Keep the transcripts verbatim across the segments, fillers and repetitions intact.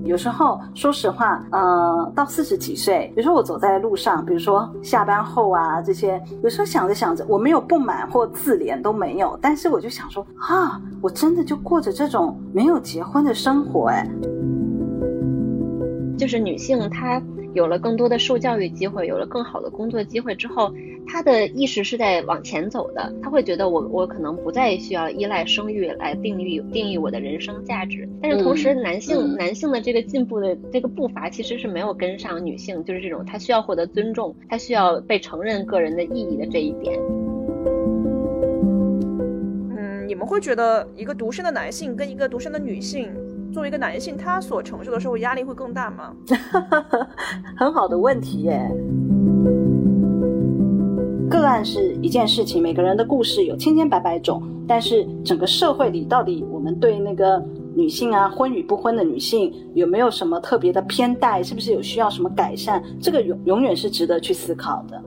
有时候说实话呃，到四十几岁，比如说我走在路上，比如说下班后啊这些，有时候想着想着我没有不满或自怜都没有，但是我就想说啊，我真的就过着这种没有结婚的生活。哎， 就是女性她有了更多的受教育机会，有了更好的工作机会之后，她的意识是在往前走的，她会觉得我我可能不再需要依赖生育来定义定义我的人生价值。但是同时男性、嗯、男性的这个进步的这个步伐其实是没有跟上女性，就是这种她需要获得尊重，她需要被承认个人的意义的这一点。 嗯，你们会觉得一个独生的男性跟一个独生的女性，作为一个男性他所承受的社会压力会更大吗？ 很好的问题耶。个案是一件事情，每个人的故事有千千百百种，但是整个社会里到底我们对那个女性啊，婚与不婚的女性有没有什么特别的偏待，是不是有需要什么改善，这个永永远是值得去思考的。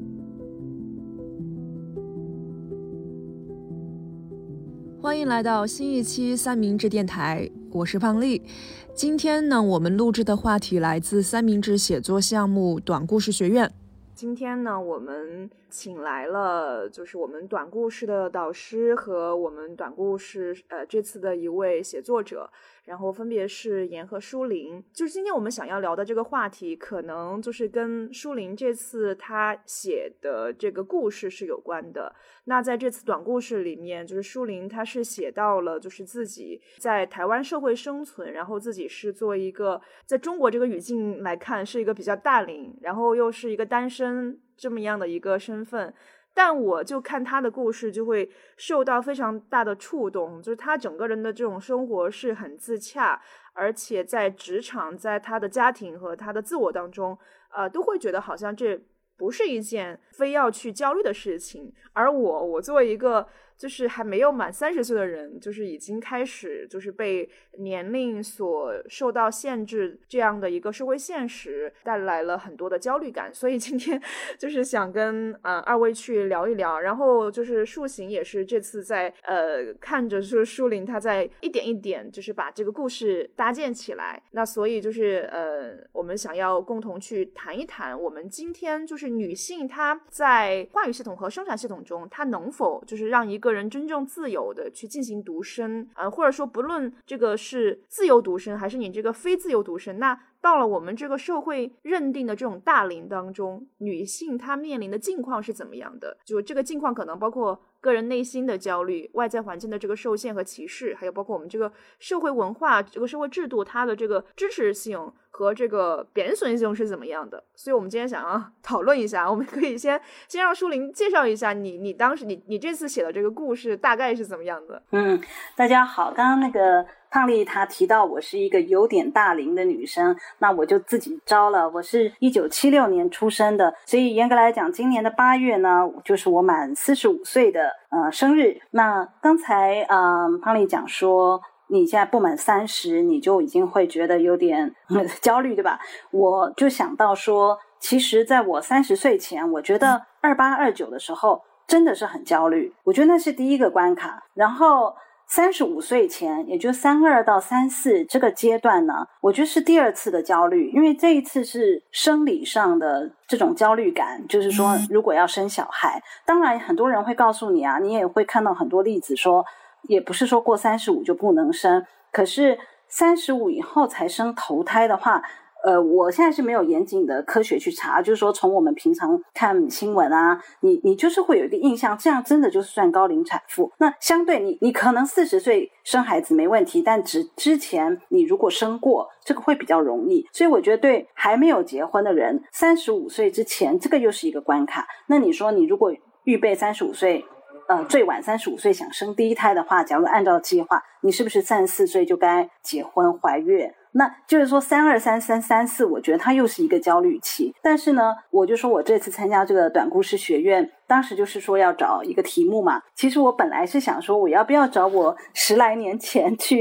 欢迎来到新一期三明治电台，我是胖丽。今天呢，我们录制的话题来自三明治写作项目短故事学院。 今天呢，我们请来了就是我们短故事的导师和我们短故事呃这次的一位写作者，然后分别是严和舒琳。就是今天我们想要聊的这个话题，可能就是跟舒琳这次他写的这个故事是有关的。那在这次短故事里面，就是舒琳他是写到了就是自己在台湾社会生存，然后自己是作为一个在中国这个语境来看是一个比较大龄，然后又是一个单身这么样的一个身份。但我就看他的故事就会受到非常大的触动，就是他整个人的这种生活是很自洽，而且在职场，在他的家庭和他的自我当中呃，都会觉得好像这不是一件非要去焦虑的事情。而我我作为一个就是还没有满三十岁的人，就是已经开始就是被年龄所受到限制这样的一个社会现实带来了很多的焦虑感。所以今天就是想跟呃二位去聊一聊，然后就是树行也是这次在呃看着就是舒琳她在一点一点就是把这个故事搭建起来，那所以就是呃我们想要共同去谈一谈我们今天就是女性她在话语系统和生产系统中，她能否就是让一个人真正自由的去进行独身，呃，或者说不论这个是自由独身还是你这个非自由独身，那到了我们这个社会认定的这种大龄当中，女性她面临的境况是怎么样的？就这个境况可能包括个人内心的焦虑，外在环境的这个受限和歧视，还有包括我们这个社会文化这个社会制度它的这个支持性和这个贬损性是怎么样的。所以我们今天想要讨论一下，我们可以先先让舒琳介绍一下你你当时你你这次写的这个故事大概是怎么样的。 嗯，大家好，刚刚那个胖丽她提到我是一个有点大龄的女生，那我就自己招了，我是一九七六年出生的，所以严格来讲今年的八月呢就是我满四十五岁的呃生日。那刚才呃胖丽讲说你现在不满三十你就已经会觉得有点、嗯、焦虑，对吧？我就想到说其实在我三十岁前，我觉得二八二九的时候真的是很焦虑，我觉得那是第一个关卡。然后三十五岁前，也就三二到三四这个阶段呢，我觉得是第二次的焦虑，因为这一次是生理上的这种焦虑感，就是说如果要生小孩，当然很多人会告诉你啊，你也会看到很多例子说也不是说过三十五就不能生，可是三十五以后才生头胎的话呃，我现在是没有严谨的科学去查，就是说从我们平常看新闻啊，你你就是会有一个印象，这样真的就是算高龄产妇。那相对你你可能四十岁生孩子没问题，但之之前你如果生过，这个会比较容易。所以我觉得对还没有结婚的人，三十五岁之前这个又是一个关卡。那你说你如果预备三十五岁呃，最晚三十五岁想生第一胎的话，假如按照计划，你是不是三十四岁就该结婚怀孕？那就是说三二三三三四，我觉得它又是一个焦虑期。但是呢，我就说我这次参加这个短故事学院，当时就是说要找一个题目嘛。其实我本来是想说，我要不要找我十来年前去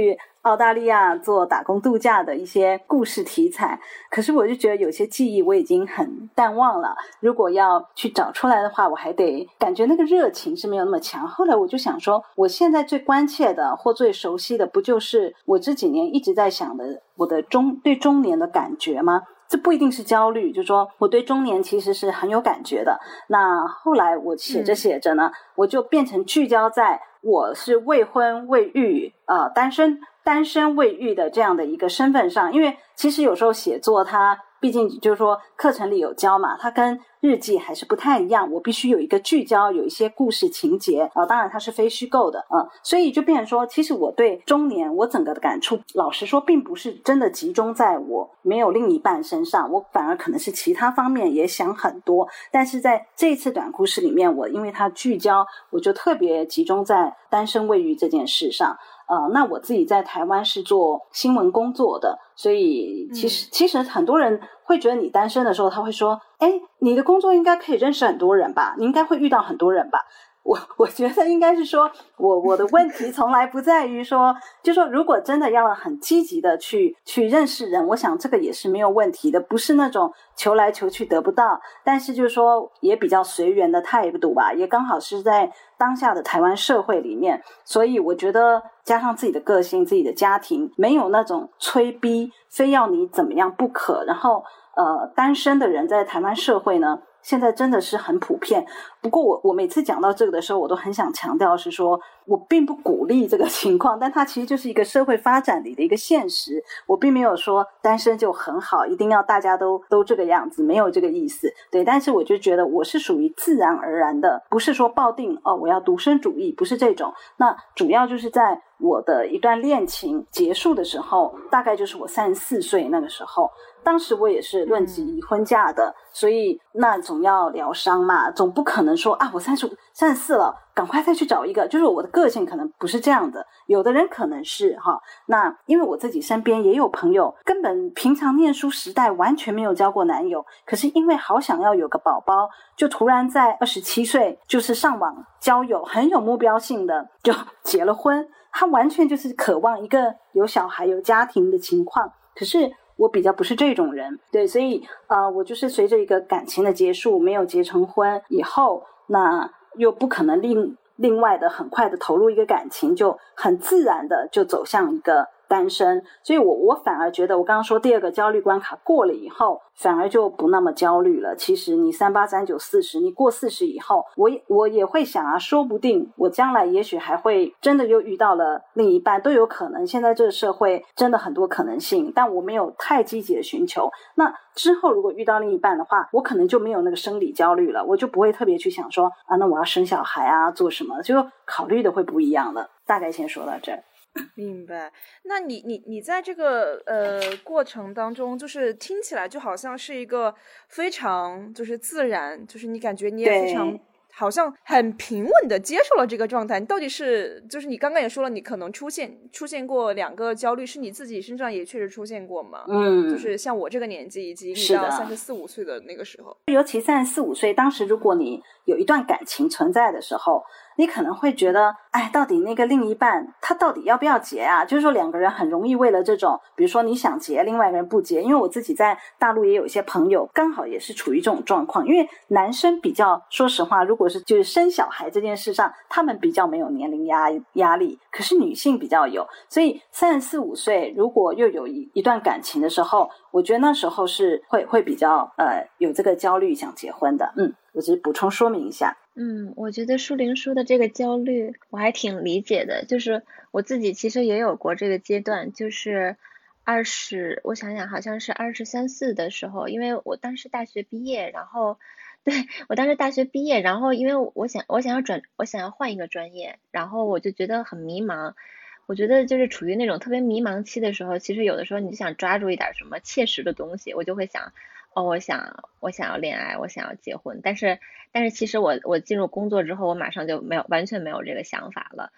澳大利亚做打工度假的一些故事题材，可是我就觉得有些记忆我已经很淡忘了，如果要去找出来的话，我还得感觉那个热情是没有那么强。后来我就想说，我现在最关切的或最熟悉的不就是我这几年一直在想的我的中对中年的感觉吗？这不一定是焦虑，就是说我对中年其实是很有感觉的。那后来我写着写着呢、嗯、我就变成聚焦在我是未婚未育呃单身单身未育的这样的一个身份上。因为其实有时候写作它毕竟就是说课程里有教嘛，它跟日记还是不太一样，我必须有一个聚焦，有一些故事情节啊、呃，当然它是非虚构的嗯，所以就变成说，其实我对中年我整个的感触，老实说并不是真的集中在我没有另一半身上，我反而可能是其他方面也想很多。但是在这一次短故事里面，我因为它聚焦，我就特别集中在单身未育这件事上。呃，那我自己在台湾是做新闻工作的，所以其实、嗯、其实很多人会觉得你单身的时候，他会说，诶，你的工作应该可以认识很多人吧，你应该会遇到很多人吧。我我觉得应该是说我我的问题从来不在于说就说如果真的要很积极的去去认识人，我想这个也是没有问题的，不是那种求来求去得不到，但是就是说也比较随缘的态度吧，也刚好是在当下的台湾社会里面，所以我觉得加上自己的个性自己的家庭，没有那种催逼非要你怎么样不可，然后呃单身的人在台湾社会呢现在真的是很普遍。不过我我每次讲到这个的时候，我都很想强调是说我并不鼓励这个情况，但它其实就是一个社会发展里的一个现实，我并没有说单身就很好，一定要大家都都这个样子，没有这个意思。对，但是我就觉得我是属于自然而然的，不是说抱定哦我要独身主义，不是这种。那主要就是在我的一段恋情结束的时候，大概就是我三十四岁那个时候，当时我也是论及离婚嫁的、嗯、所以那总要疗伤嘛，总不可能说啊我三十三十四了赶快再去找一个，就是我的个性可能不是这样的，有的人可能是哈。那因为我自己身边也有朋友根本平常念书时代完全没有交过男友，可是因为好想要有个宝宝，就突然在二十七岁就是上网交友，很有目标性的就结了婚，他完全就是渴望一个有小孩有家庭的情况。可是我比较不是这种人，对，所以呃，我就是随着一个感情的结束，没有结成婚以后，那又不可能另另外的很快的投入一个感情，就很自然的就走向一个单身。所以我我反而觉得我刚刚说第二个焦虑关卡过了以后，反而就不那么焦虑了。其实你三八三九四十，你过四十以后，我也我也会想啊，说不定我将来也许还会真的又遇到了另一半，都有可能。现在这个社会真的很多可能性，但我没有太积极的寻求。那之后如果遇到另一半的话，我可能就没有那个生理焦虑了，我就不会特别去想说啊，那我要生小孩啊，做什么，就考虑的会不一样了。大概先说到这儿。 明白。那你你你在这个呃过程当中，就是听起来就好像是一个非常就是自然，就是你感觉你也非常好像很平稳的接受了这个状态。你到底是就是你刚刚也说了，你可能出现出现过两个焦虑，是你自己身上也确实出现过吗？嗯，就是像我这个年纪以及你到三十四五岁的那个时候， 尤其三十四五岁，当时如果你有一段感情存在的时候，你可能会觉得哎，到底那个另一半他到底要不要结啊？就是说两个人很容易为了这种，比如说你想结另外一个人不结。因为我自己在大陆也有一些朋友刚好也是处于这种状况，因为男生比较说实话，如果是就是生小孩这件事上他们比较没有年龄压压力，可是女性比较有，所以三十四五岁如果又有一一段感情的时候，我觉得那时候是会会比较呃有这个焦虑想结婚的。嗯，我只是补充说明一下。 嗯，我觉得舒玲说的这个焦虑我还挺理解的，就是我自己其实也有过这个阶段，就是二十我想想好像是二十三四的时候，因为我当时大学毕业，然后对我当时大学毕业，然后因为我想我想要转我想要换一个专业，然后我就觉得很迷茫。我觉得就是处于那种特别迷茫期的时候，其实有的时候你就想抓住一点什么切实的东西，我就会想哦，我想我想要恋爱，我想要结婚，但是但是其实我我进入工作之后，我马上就没有完全没有这个想法了，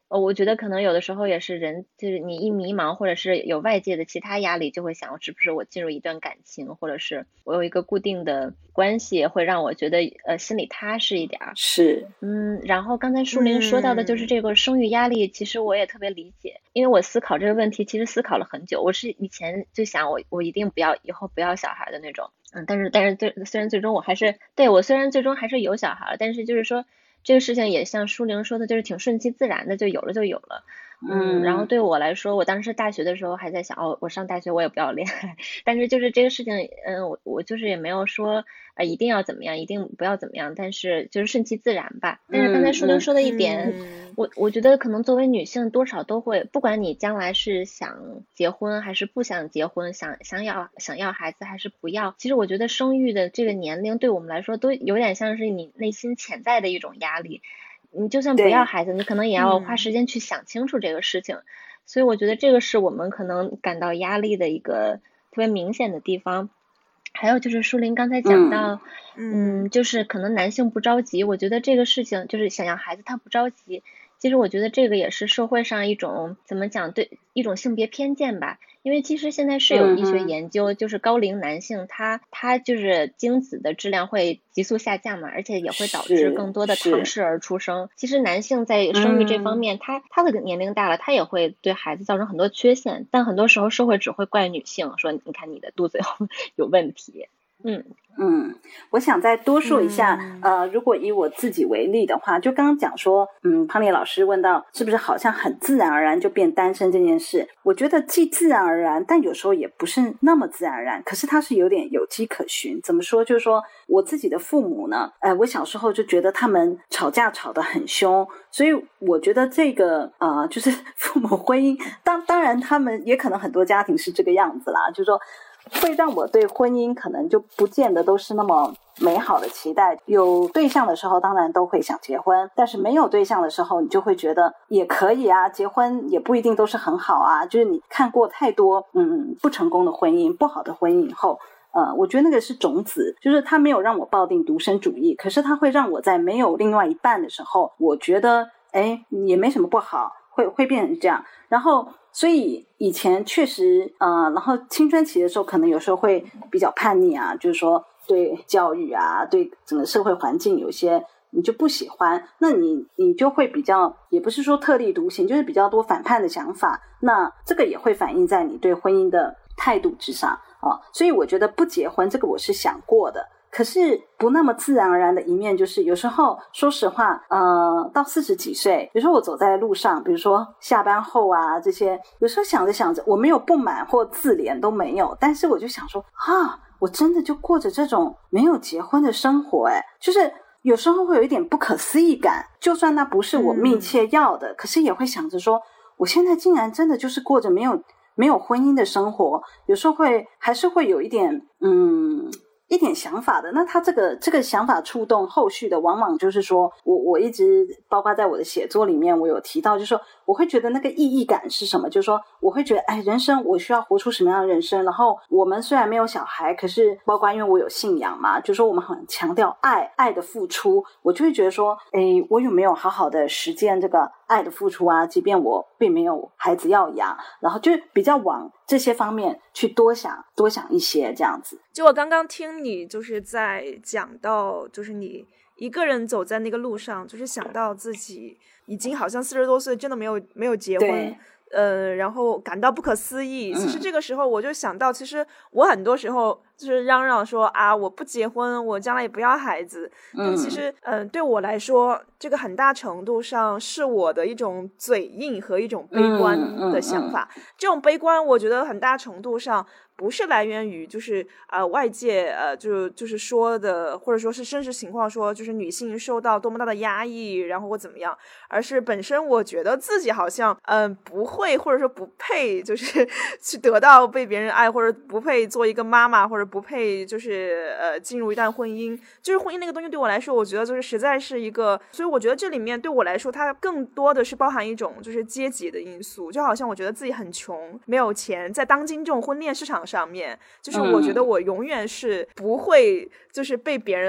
呃，我觉得可能有的时候也是人，就是你一迷茫，或者是有外界的其他压力，就会想是不是我进入一段感情，或者是我有一个固定的关系，会让我觉得呃心里踏实一点。 是， 嗯，然后刚才舒琳说到的就是这个生育压力，嗯、其实我也特别理解，因为我思考这个问题，其实思考了很久。我是以前就想我我一定不要以后不要小孩的那种，嗯，但是但是最虽然最终我还是对我虽然最终还是有小孩，但是就是说。这个事情也像舒玲说的，就是挺顺其自然的，就有了就有了。嗯，然后对我来说，我当时大学的时候还在想，哦，我上大学我也不要恋爱，但是就是这个事情，嗯，我我就是也没有说呃一定要怎么样，一定不要怎么样，但是就是顺其自然吧。但是刚才舒玲说的一点， 嗯、 我我觉得可能作为女性多少都会，不管你将来是想结婚还是不想结婚，想想要想要孩子还是不要，其实我觉得生育的这个年龄对我们来说都有点像是你内心潜在的一种压力。你就算不要孩子，你可能也要花时间去想清楚这个事情，嗯、所以我觉得这个是我们可能感到压力的一个特别明显的地方。还有就是舒琳刚才讲到，嗯, 嗯，就是可能男性不着急，我觉得这个事情就是想要孩子他不着急，其实我觉得这个也是社会上一种怎么讲，对一种性别偏见吧。因为其实现在是有医学研究，嗯、就是高龄男性他他就是精子的质量会急速下降嘛，而且也会导致更多的唐氏儿出生。其实男性在生育这方面，嗯、他他的年龄大了，他也会对孩子造成很多缺陷，但很多时候社会只会怪女性，说你看你的肚子有有问题。嗯嗯，我想再多说一下，嗯、呃，如果以我自己为例的话，就刚刚讲说，嗯，胖丽老师问到是不是好像很自然而然就变单身这件事，我觉得既自然而然，但有时候也不是那么自然而然，可是它是有点有迹可循。怎么说？就是说我自己的父母呢，呃，我小时候就觉得他们吵架吵得很凶，所以我觉得这个呃，就是父母婚姻，当当然他们也可能很多家庭是这个样子啦，就是说。会让我对婚姻可能就不见得都是那么美好的期待。有对象的时候当然都会想结婚，但是没有对象的时候你就会觉得也可以啊，结婚也不一定都是很好啊，就是你看过太多嗯不成功的婚姻，不好的婚姻以后呃，我觉得那个是种子，就是它没有让我抱定独身主义，可是它会让我在没有另外一半的时候，我觉得诶也没什么不好，会会变成这样。然后所以以前确实呃，然后青春期的时候可能有时候会比较叛逆啊，就是说对教育啊，对整个社会环境有些你就不喜欢，那你你就会比较，也不是说特立独行，就是比较多反叛的想法，那这个也会反映在你对婚姻的态度之上啊。所以我觉得不结婚这个我是想过的，可是不那么自然而然的一面就是有时候说实话呃，到四十几岁，比如说我走在路上，比如说下班后啊这些，有时候想着想着我没有不满或自怜都没有，但是我就想说啊，我真的就过着这种没有结婚的生活诶，就是有时候会有一点不可思议感，就算那不是我密切要的、嗯、可是也会想着说我现在竟然真的就是过着没有没有婚姻的生活，有时候会还是会有一点嗯一点想法的。那他这个这个想法触动后续的往往就是说我我一直包括在我的写作里面我有提到，就是说我会觉得那个意义感是什么，就是说我会觉得哎，人生我需要活出什么样的人生。然后我们虽然没有小孩，可是包括因为我有信仰嘛，就是说我们很强调爱爱的付出，我就会觉得说哎，我有没有好好的实践这个爱的付出啊，即便我并没有孩子要养，然后就比较往这些方面去多想多想一些这样子。 就我刚刚听你就是在讲到就是你一个人走在那个路上，就是想到自己已经好像四十多岁真的没有没有结婚，呃，然后感到不可思议。其实这个时候我就想到，其实我很多时候就是嚷嚷说啊，我不结婚，我将来也不要孩子。但其实，嗯、呃，对我来说，这个很大程度上是我的一种嘴硬和一种悲观的想法。嗯嗯嗯、这种悲观，我觉得很大程度上不是来源于就是呃外界呃就就是说的，或者说是真实情况说就是女性受到多么大的压抑，然后或怎么样，而是本身我觉得自己好像嗯、呃、不会或者说不配就是去得到被别人爱，或者不配做一个妈妈，或者不配就是呃进入一段婚姻。就是婚姻那个东西对我来说，我觉得就是实在是一个，所以我觉得这里面对我来说它更多的是包含一种就是阶级的因素。就好像我觉得自己很穷没有钱，在当今这种婚恋市场上面，就是我觉得我永远是不会就是被别人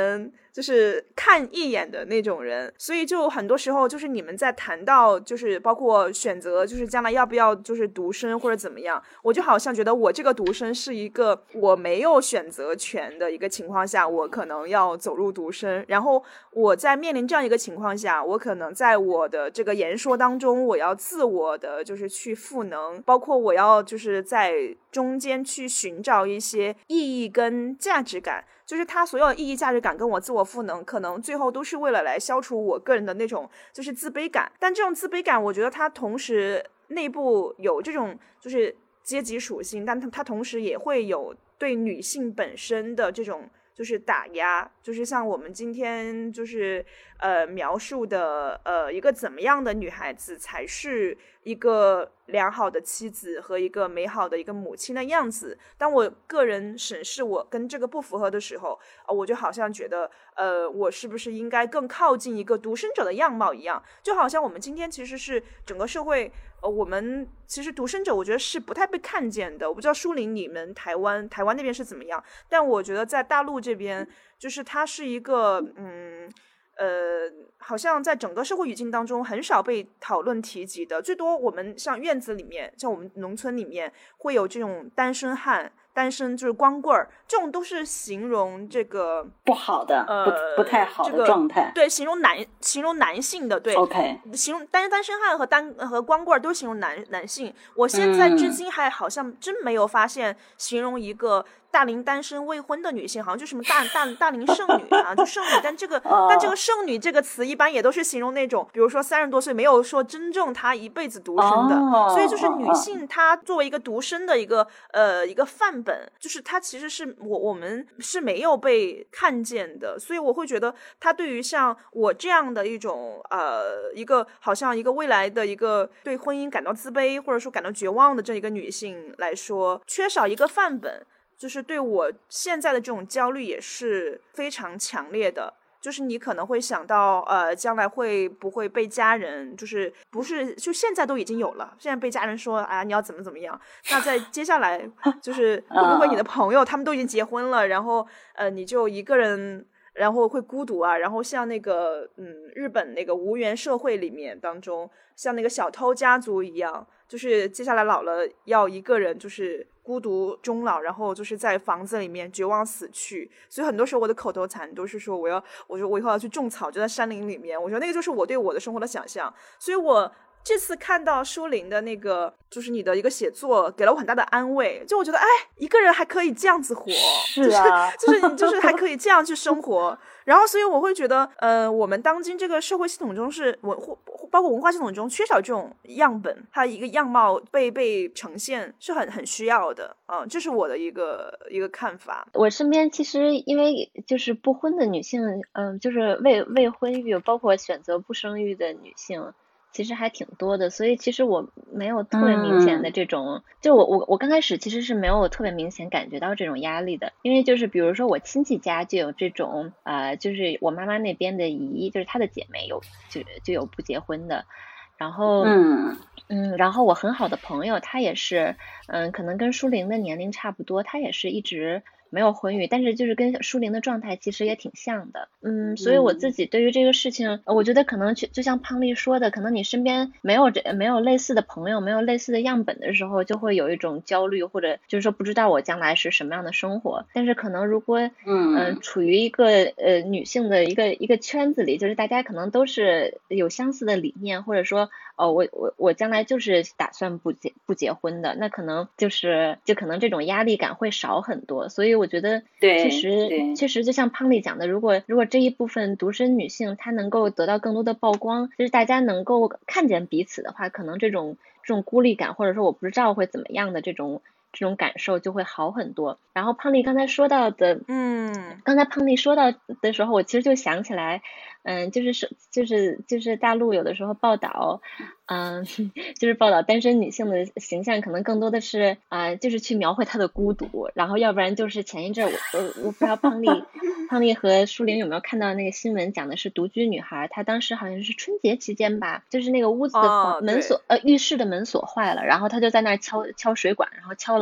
就是看一眼的那种人，所以就很多时候就是你们在谈到就是包括选择就是将来要不要就是独生或者怎么样，我就好像觉得我这个独生是一个我没有选择权的一个情况下，我可能要走入独生，然后我在面临这样一个情况下，我可能在我的这个言说当中我要自我的就是去赋能，包括我要就是在中间去寻找一些意义跟价值感，就是他所有的意义价值感跟我自我赋能可能最后都是为了来消除我个人的那种就是自卑感，但这种自卑感我觉得它同时内部有这种就是阶级属性，但它它同时也会有对女性本身的这种就是打压，就是像我们今天就是呃描述的呃一个怎么样的女孩子才是一个良好的妻子和一个美好的一个母亲的样子，当我个人审视我跟这个不符合的时候、呃、我就好像觉得呃我是不是应该更靠近一个独生者的样貌一样，就好像我们今天其实是整个社会呃我们其实独生者我觉得是不太被看见的，我不知道舒琳你们台湾台湾那边是怎么样，但我觉得在大陆这边就是它是一个嗯呃，好像在整个社会语境当中很少被讨论提及的，最多我们像院子里面像我们农村里面会有这种单身汉单身就是光棍儿，这种都是形容这个不好的、呃、不不太好的状态、 这个、对，形容男形容男性的，对 OK 形容单单身汉和单和光棍儿都形容男男性，我现在至今还好像真没有发现形容一个大龄单身未婚的女性，好像就什么大大大龄剩女啊，就剩女，但这个、oh. 但这个剩女这个词一般也都是形容那种，比如说三十多岁没有说真正她一辈子独生的， oh. 所以就是女性她作为一个独生的一个呃一个范本，就是她其实是我我们是没有被看见的，所以我会觉得她对于像我这样的一种呃一个好像一个未来的一个对婚姻感到自卑或者说感到绝望的这一个女性来说，缺少一个范本。就是对我现在的这种焦虑也是非常强烈的，就是你可能会想到呃，将来会不会被家人就是不是就现在都已经有了，现在被家人说啊你要怎么怎么样，那在接下来就是会不会你的朋友他们都已经结婚了，然后呃你就一个人然后会孤独啊，然后像那个嗯日本那个无缘社会里面当中像那个小偷家族一样，就是接下来老了要一个人就是孤独终老，然后就是在房子里面绝望死去，所以很多时候我的口头禅都是说我要我说我以后要去种草，就在山林里面，我觉得那个就是我对我的生活的想象，所以我这次看到舒琳的那个就是你的一个写作给了我很大的安慰，就我觉得哎一个人还可以这样子活， 是啊就是就是你就是还可以这样去生活然后所以我会觉得呃我们当今这个社会系统中是文包括文化系统中缺少这种样本，它一个样貌被被呈现是很很需要的啊、呃，这是我的一个一个看法。 我身边其实因为就是不婚的女性嗯、呃，就是未未婚育包括选择不生育的女性其实还挺多的，所以其实我没有特别明显的这种、嗯、就我我我刚开始其实是没有特别明显感觉到这种压力的，因为就是比如说我亲戚家就有这种呃，就是我妈妈那边的姨，就是她的姐妹有就就有不结婚的，然后嗯嗯，然后我很好的朋友她也是嗯，可能跟舒琳的年龄差不多，她也是一直没有婚育，但是就是跟舒琳的状态其实也挺像的，嗯，所以我自己对于这个事情，嗯、我觉得可能就就像胖丽说的，可能你身边没有这没有类似的朋友，没有类似的样本的时候，就会有一种焦虑，或者就是说不知道我将来是什么样的生活。但是可能如果嗯、呃、处于一个呃女性的一个一个圈子里，就是大家可能都是有相似的理念，或者说哦我我我将来就是打算不结不结婚的，那可能就是就可能这种压力感会少很多，所以我觉得确实确实就像胖丽讲的，如果如果这一部分独生女性她能够得到更多的曝光，就是大家能够看见彼此的话，可能这种这种孤立感或者说我不知道会怎么样的这种这种感受就会好很多。然后胖丽刚才说到的嗯，刚才胖丽说到的时候，我其实就想起来嗯，就是就是就是大陆有的时候报道嗯，就是报道单身女性的形象可能更多的是啊、呃，就是去描绘她的孤独，然后要不然就是前一阵我我我不知道胖丽胖丽和舒琳有没有看到那个新闻，讲的是独居女孩，她当时好像是春节期间吧，就是那个屋子的门锁、哦、呃浴室的门锁坏了，然后她就在那儿敲敲水管，然后敲了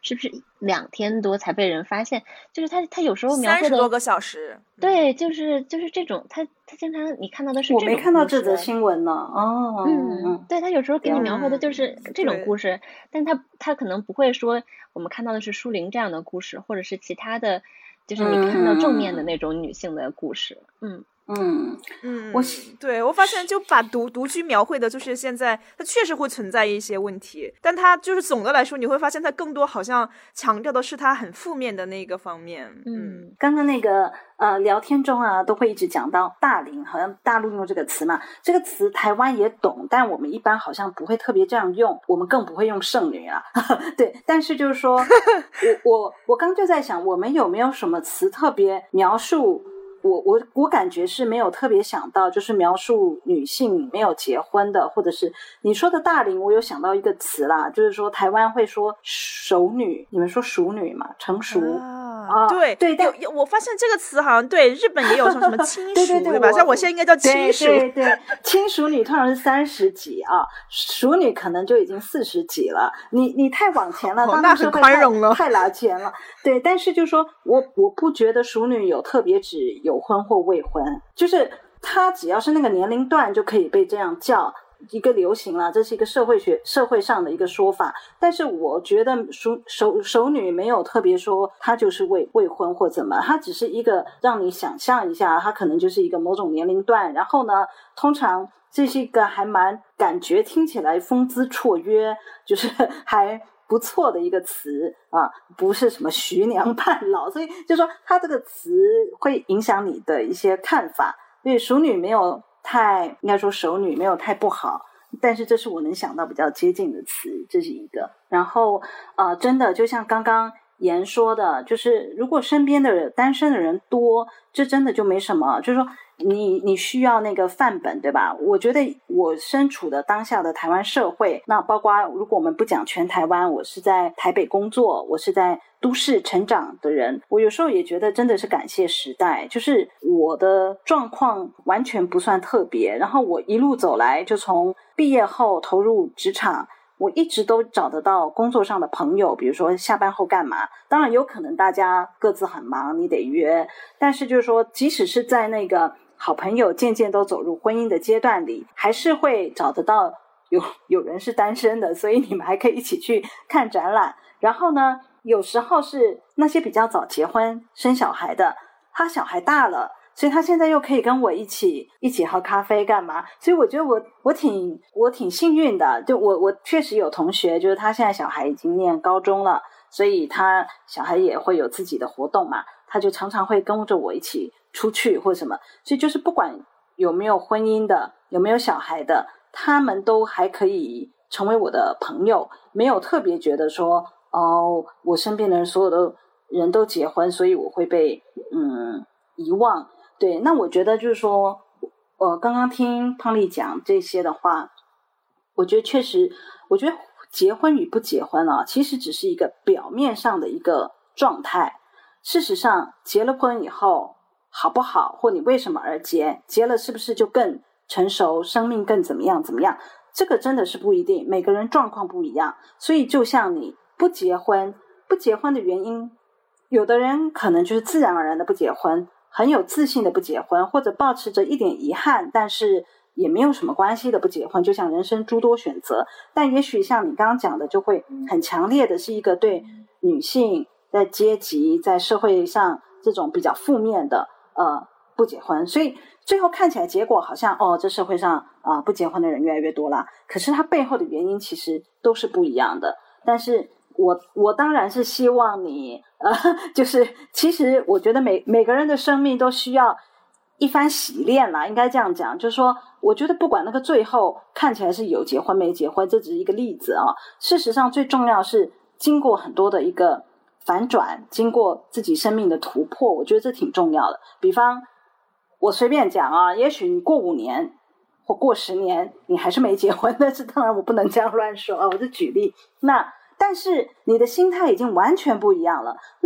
是不是两天多才被人发现？就是他他有时候描绘的三十多个小时， 对，就是就是这种，他他经常你看到的是这种故事。 我没看到这则新闻呢。哦， 嗯，对，他有时候给你描绘的就是这种故事，但他他可能不会说我们看到的是舒玲这样的故事，或者是其他的，就是你看到正面的那种女性的故事。嗯。 嗯嗯， 我对我发现就把独独居描绘的就是现在它确实会存在一些问题，但它就是总的来说你会发现它更多好像强调的是它很负面的那个方面。 嗯， 刚刚那个呃聊天中啊都会一直讲到大龄，好像大陆用这个词嘛，这个词台湾也懂，但我们一般好像不会特别这样用，我们更不会用剩女啊对，但是就是说我我我刚就在想我们有没有什么词特别描述我我我感觉是没有特别想到，就是描述女性没有结婚的，或者是你说的大龄，我有想到一个词啦，就是说台湾会说熟女，你们说熟女嘛，成熟。 啊，对对， 有有，我发现这个词好像对日本也有什么什么亲属， 对对 对, 对吧？像我现在应该叫亲属， 对对对，亲属女通常是三十几啊，熟女可能就已经四十几了。你你太往前了， 哦、那很宽容了， 太老前了。对，但是就说我我不觉得熟女有特别指有婚或未婚，就是她只要是那个年龄段就可以被这样叫。一个流行啦，这是一个社会学社会上的一个说法，但是我觉得熟熟熟女没有特别说她就是未未婚或怎么，她只是一个让你想象一下，她可能就是一个某种年龄段，然后呢，通常这是一个还蛮感觉听起来风姿绰约，就是还不错的一个词啊，不是什么徐娘半老，所以就说它这个词会影响你的一些看法，所以熟女没有太应该说熟女没有太不好，但是这是我能想到比较接近的词，这是一个。然后呃，真的就像刚刚言说的，就是如果身边的人单身的人多，这真的就没什么，就是说你你需要那个范本，对吧？我觉得我身处的当下的台湾社会，那包括如果我们不讲全台湾，我是在台北工作，我是在都市成长的人，我有时候也觉得真的是感谢时代，就是我的状况完全不算特别，然后我一路走来，就从毕业后投入职场，我一直都找得到工作上的朋友，比如说下班后干嘛，当然有可能大家各自很忙，你得约，但是就是说即使是在那个好朋友渐渐都走入婚姻的阶段里，还是会找得到有有人是单身的，所以你们还可以一起去看展览。然后呢，有时候是那些比较早结婚生小孩的，他小孩大了，所以他现在又可以跟我一起一起喝咖啡干嘛，所以我觉得我我挺我挺幸运的，就我我确实有同学，就是他现在小孩已经念高中了，所以他小孩也会有自己的活动嘛，他就常常会跟着我一起出去或什么，所以就是不管有没有婚姻的，有没有小孩的，他们都还可以成为我的朋友，没有特别觉得说哦，我身边的人所有的人都结婚，所以我会被嗯遗忘。对，那我觉得就是说我刚刚听胖丽讲这些的话，我觉得确实，我觉得结婚与不结婚啊，其实只是一个表面上的一个状态，事实上结了婚以后好不好，或你为什么而结，结了是不是就更成熟，生命更怎么样怎么样，这个真的是不一定，每个人状况不一样。所以就像你不结婚，不结婚的原因，有的人可能就是自然而然的不结婚，很有自信的不结婚，或者抱持着一点遗憾但是也没有什么关系的不结婚，就像人生诸多选择。但也许像你刚刚讲的，就会很强烈的是一个对女性在阶级在社会上这种比较负面的呃不结婚，所以最后看起来结果好像哦，这社会上啊、呃、不结婚的人越来越多啦，可是它背后的原因其实都是不一样的。但是我我当然是希望你呃，就是其实我觉得每每个人的生命都需要一番洗练啦，应该这样讲，就是说我觉得不管那个最后看起来是有结婚没结婚，这只是一个例子啊。事实上最重要是经过很多的一个反转，经过自己生命的突破，我觉得这挺重要的。比方我随便讲啊，也许你过五年或过十年你还是没结婚，但是当然我不能这样乱说啊，我是举例。那但是你的心态已经完全不一样了，那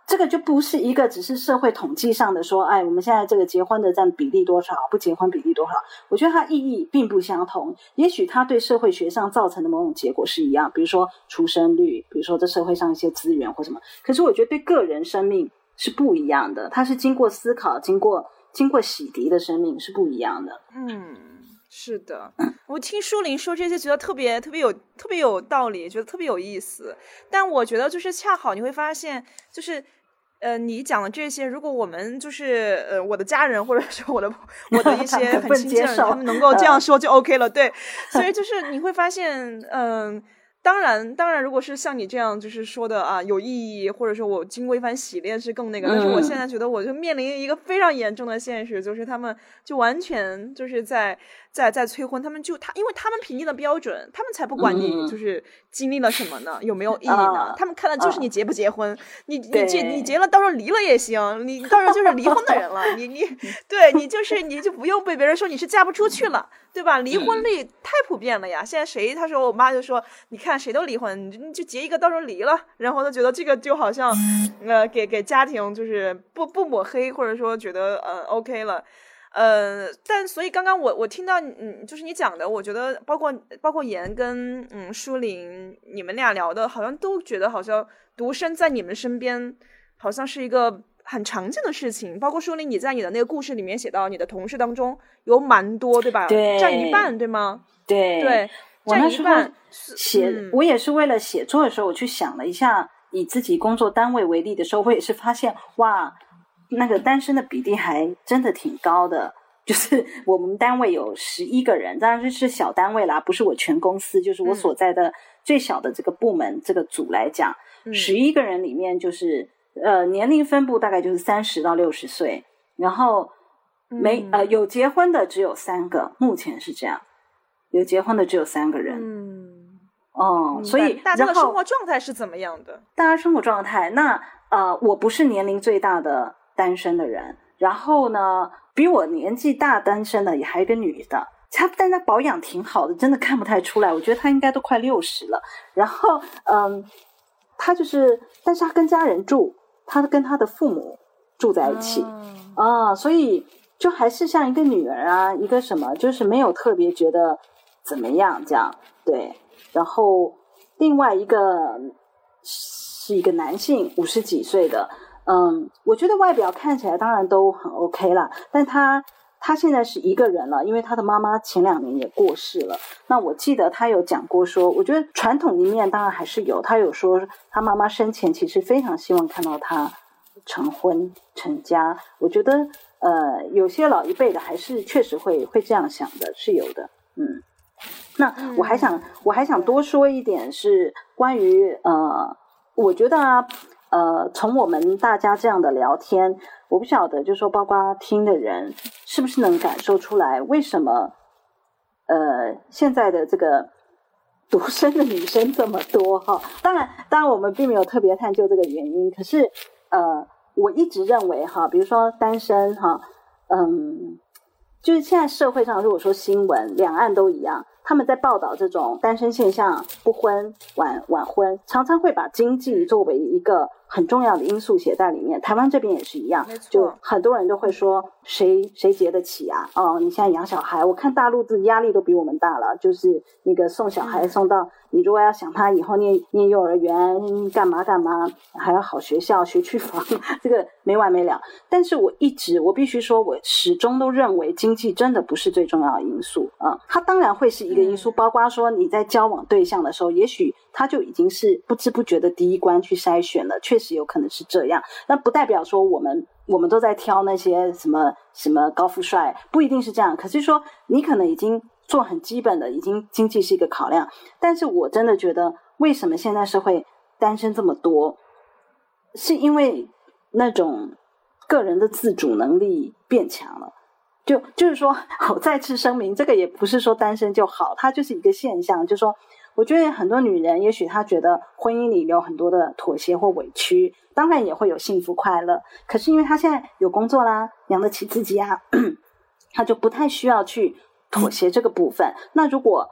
这个就不是一个只是社会统计上的说，哎，我们现在这个结婚的占比例多少，不结婚比例多少，我觉得它意义并不相同。也许它对社会学上造成的某种结果是一样，比如说出生率，比如说这社会上一些资源或什么，可是我觉得对个人生命是不一样的，它是经过思考经过经过洗涤的生命是不一样的。 嗯，是的，我听舒琳说这些觉得特别特别有特别有道理，觉得特别有意思。但我觉得就是恰好你会发现，就是呃，你讲的这些，如果我们就是呃我的家人或者说我的我的一些很亲近的人，他们能够这样说就 OK 了，对。所以就是你会发现，嗯、呃。当然当然如果是像你这样就是说的啊有意义，或者说我经过一番洗练是更那个、嗯、但是我现在觉得我就面临一个非常严重的现实，就是他们就完全就是在在在催婚，他们就他因为他们评定的标准，他们才不管你就是经历了什么呢、嗯、有没有意义呢、啊、他们看的就是你结不结婚、啊、你你结你结了到时候离了也行，你到时候就是离婚的人了你你对你就是你就不用被别人说你是嫁不出去了，对吧？离婚率太普遍了呀，现在谁他说我妈就说你看谁都离婚，你就你就结一个到时候离了，然后他觉得这个就好像呃给给家庭就是不不抹黑，或者说觉得呃 OK 了。呃，但所以刚刚我我听到嗯，就是你讲的，我觉得包括包括妍跟嗯舒琳你们俩聊的，好像都觉得好像独生在你们身边好像是一个很常见的事情。包括舒琳你在你的那个故事里面写到你的同事当中有蛮多，对吧？ 对， 占一半，对吗？ 对对， 我那时候写、 嗯、 我也是为了写作的时候我去想了一下，以自己工作单位为例的时候，我也是发现哇那个单身的比例还真的挺高的，就是我们单位有十一个人，当然是小单位啦，不是我全公司，就是我所在的最小的这个部门、嗯、这个组来讲，十一个人里面就是呃年龄分布大概就是三十到六十岁，然后没、嗯、呃有结婚的只有三个，目前是这样，有结婚的只有三个人。嗯哦，所以大家的生活状态是怎么样的？ 大家生活状态，那呃我不是年龄最大的单身的人，然后呢比我年纪大单身的也还有一个女的，她但她保养挺好的，真的看不太出来，我觉得她应该都快六十了。然后嗯，她就是但是她跟家人住，她跟她的父母住在一起啊、哦，所以就还是像一个女儿啊，一个什么，就是没有特别觉得怎么样这样。对，然后另外一个是一个男性，五十几岁的，嗯，我觉得外表看起来当然都很 OK 啦，但他他现在是一个人了，因为他的妈妈前两年也过世了。那我记得他有讲过说，我觉得传统一面当然还是有，他有说他妈妈生前其实非常希望看到他成婚成家。我觉得呃，有些老一辈的还是确实会会这样想的，是有的。嗯，那我还想、嗯、我还想多说一点是关于呃，我觉得啊。呃，从我们大家这样的聊天，我不晓得就是说包括听的人是不是能感受出来为什么呃现在的这个独生的女生这么多哈。当然当然我们并没有特别探究这个原因，可是呃我一直认为哈，比如说单身哈，嗯，就是现在社会上如果说新闻两岸都一样，他们在报道这种单身现象，不婚晚晚婚，常常会把经济作为一个很重要的因素写在里面。台湾这边也是一样，就很多人都会说谁谁结得起啊？哦，你现在养小孩，我看大陆的压力都比我们大了，就是那个送小孩送到，你如果要想他以后念念幼儿园干嘛干嘛，还要好学校学区房，这个没完没了。但是我一直我必须说，我始终都认为经济真的不是最重要的因素啊、嗯，它当然会是一个因素，包括说你在交往对象的时候，也许他就已经是不知不觉的第一关去筛选了，确实有可能是这样。那不代表说我们我们都在挑那些什么什么高富帅，不一定是这样。可是说你可能已经做很基本的，已经经济是一个考量。但是我真的觉得，为什么现在社会单身这么多，是因为那种个人的自主能力变强了。就就是说，我再次声明，这个也不是说单身就好，它就是一个现象。就是说，我觉得很多女人，也许她觉得婚姻里有很多的妥协或委屈，当然也会有幸福快乐。可是因为她现在有工作啦，养得起自己啊，她就不太需要去妥协这个部分。那如果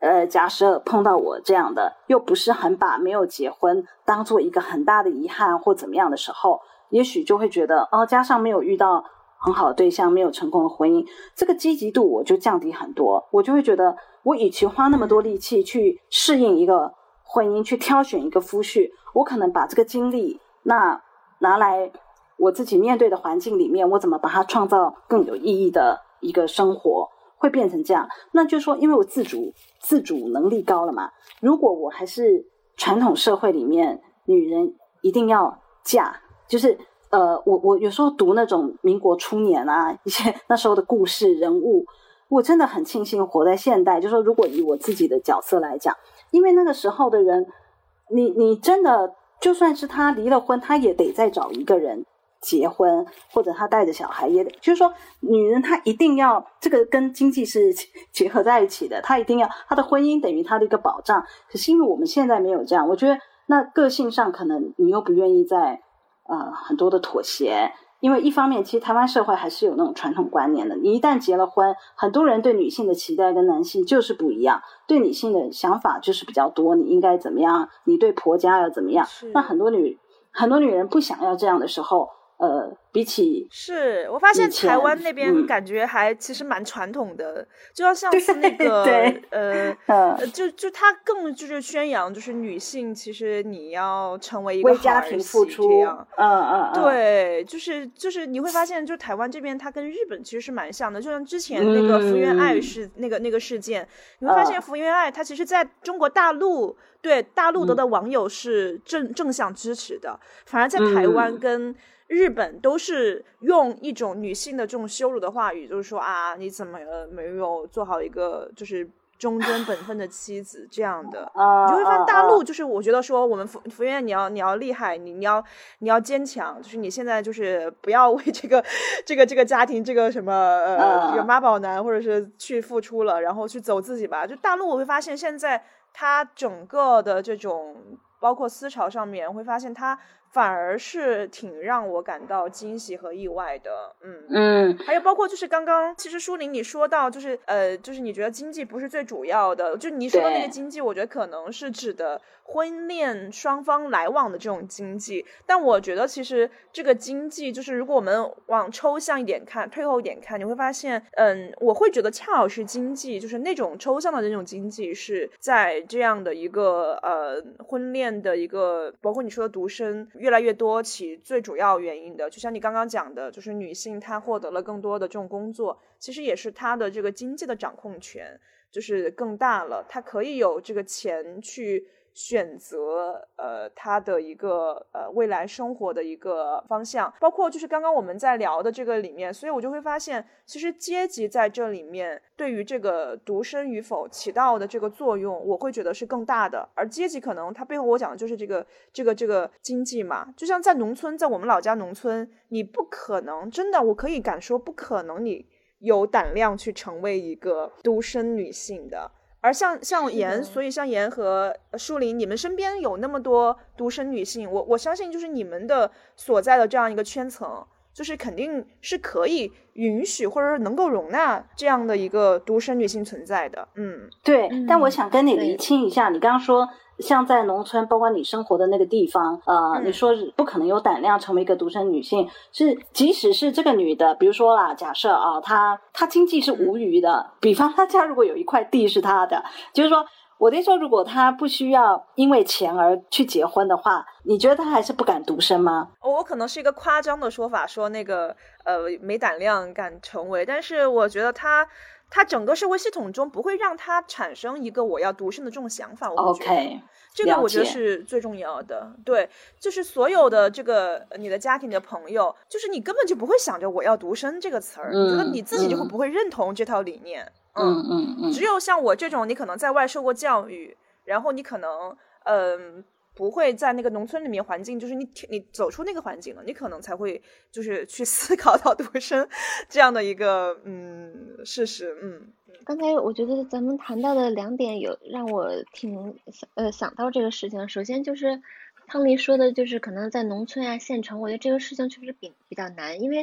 呃，假设碰到我这样的，又不是很把没有结婚当做一个很大的遗憾或怎么样的时候，也许就会觉得哦，加上没有遇到很好的对象，没有成功的婚姻，这个积极度我就降低很多。我就会觉得，我与其花那么多力气去适应一个婚姻，去挑选一个夫婿，我可能把这个精力那拿来我自己面对的环境里面，我怎么把它创造更有意义的一个生活，会变成这样。那就是说，因为我自主自主能力高了嘛，如果我还是传统社会里面女人一定要嫁，就是呃，我我有时候读那种民国初年啊一些那时候的故事人物，我真的很庆幸活在现代。就是说，如果以我自己的角色来讲，因为那个时候的人，你你真的就算是他离了婚，他也得再找一个人结婚，或者他带着小孩也得，就是说女人她一定要，这个跟经济是结合在一起的，她一定要她的婚姻等于她的一个保障。可是因为我们现在没有这样，我觉得那个性上可能你又不愿意在呃很多的妥协，因为一方面其实台湾社会还是有那种传统观念的，你一旦结了婚，很多人对女性的期待跟男性就是不一样，对女性的想法就是比较多，你应该怎么样，你对婆家要怎么样，那很多女很多女人不想要这样的时候，呃，比起是我发现台湾那边感觉还其实蛮传统的，嗯、就要像是那个呃呃，就就他更就是宣扬就是女性其实你要成为一个为家庭付出， 这样， 嗯嗯嗯， 对，就是就是你会发现，就台湾这边它跟日本其实是蛮像的，就像之前那个福原爱是、嗯、那个那个事件，你会发现福原爱她其实在中国大陆对大陆的网友是正、嗯、正向支持的，反而在台湾跟日本都是用一种女性的这种羞辱的话语，就是说啊，你怎么没有做好一个就是忠贞本分的妻子这样的，你就会发现大陆就是我觉得说我们福福原爱你要你要厉害，你你要你要坚强，就是你现在就是不要为这个这个这个家庭这个什么呃这个妈宝男或者是去付出了，然后去走自己吧。就大陆我会发现现在他整个的这种包括思潮上面，会发现他反而是挺让我感到惊喜和意外的，嗯嗯， 还有包括就是刚刚其实舒玲你说到就是呃就是你觉得经济不是最主要的，就你说的那个经济，我觉得可能是指的婚恋双方来往的这种经济，但我觉得其实这个经济就是如果我们往抽象一点看，退后一点看，你会发现，嗯，我会觉得恰好是经济，就是那种抽象的那种经济是在这样的一个呃婚恋的一个，包括你说的独身越来越多起最主要原因的，就像你刚刚讲的，就是女性她获得了更多的这种工作，其实也是她的这个经济的掌控权就是更大了，她可以有这个钱去选择呃他的一个呃未来生活的一个方向，包括就是刚刚我们在聊的这个里面，所以我就会发现其实阶级在这里面对于这个独身与否起到的这个作用，我会觉得是更大的，而阶级可能它背后我讲的就是这个这个这个经济嘛，就像在农村，在我们老家农村，你不可能真的我可以敢说不可能你有胆量去成为一个独身女性的，而像像妍，所以像妍和舒玲，你们身边有那么多独身女性，我我相信就是你们的所在的这样一个圈层，就是肯定是可以允许或者是能够容纳这样的一个独身女性存在的。嗯， 对。嗯、但我想跟你厘清一下，你刚刚说像在农村，包括你生活的那个地方，呃，嗯、你说不可能有胆量成为一个独身女性，是即使是这个女的，比如说啦，假设啊，她她经济是无余的，嗯、比方她家如果有一块地是她的，就是说。我的说，如果她不需要因为钱而去结婚的话，你觉得她还是不敢独身吗？ 我可能是一个夸张的说法，说那个呃没胆量敢成为，但是我觉得她她整个社会系统中不会让她产生一个我要独身的这种想法。我觉得 OK， 这个我觉得是最重要的。对，就是所有的这个你的家庭的朋友，就是你根本就不会想着我要独身这个词儿，嗯、你觉得你自己就会不会认同这套理念。嗯嗯嗯嗯， 只有像我这种，你可能在外受过教育，然后你可能嗯、呃、不会在那个农村里面环境，就是你你走出那个环境了，你可能才会就是去思考到独身这样的一个嗯事实。嗯， 刚才我觉得咱们谈到的两点有让我挺呃想到这个事情。首先就是汤黎说的，就是可能在农村啊县城，我觉得这个事情确实比比较难，因为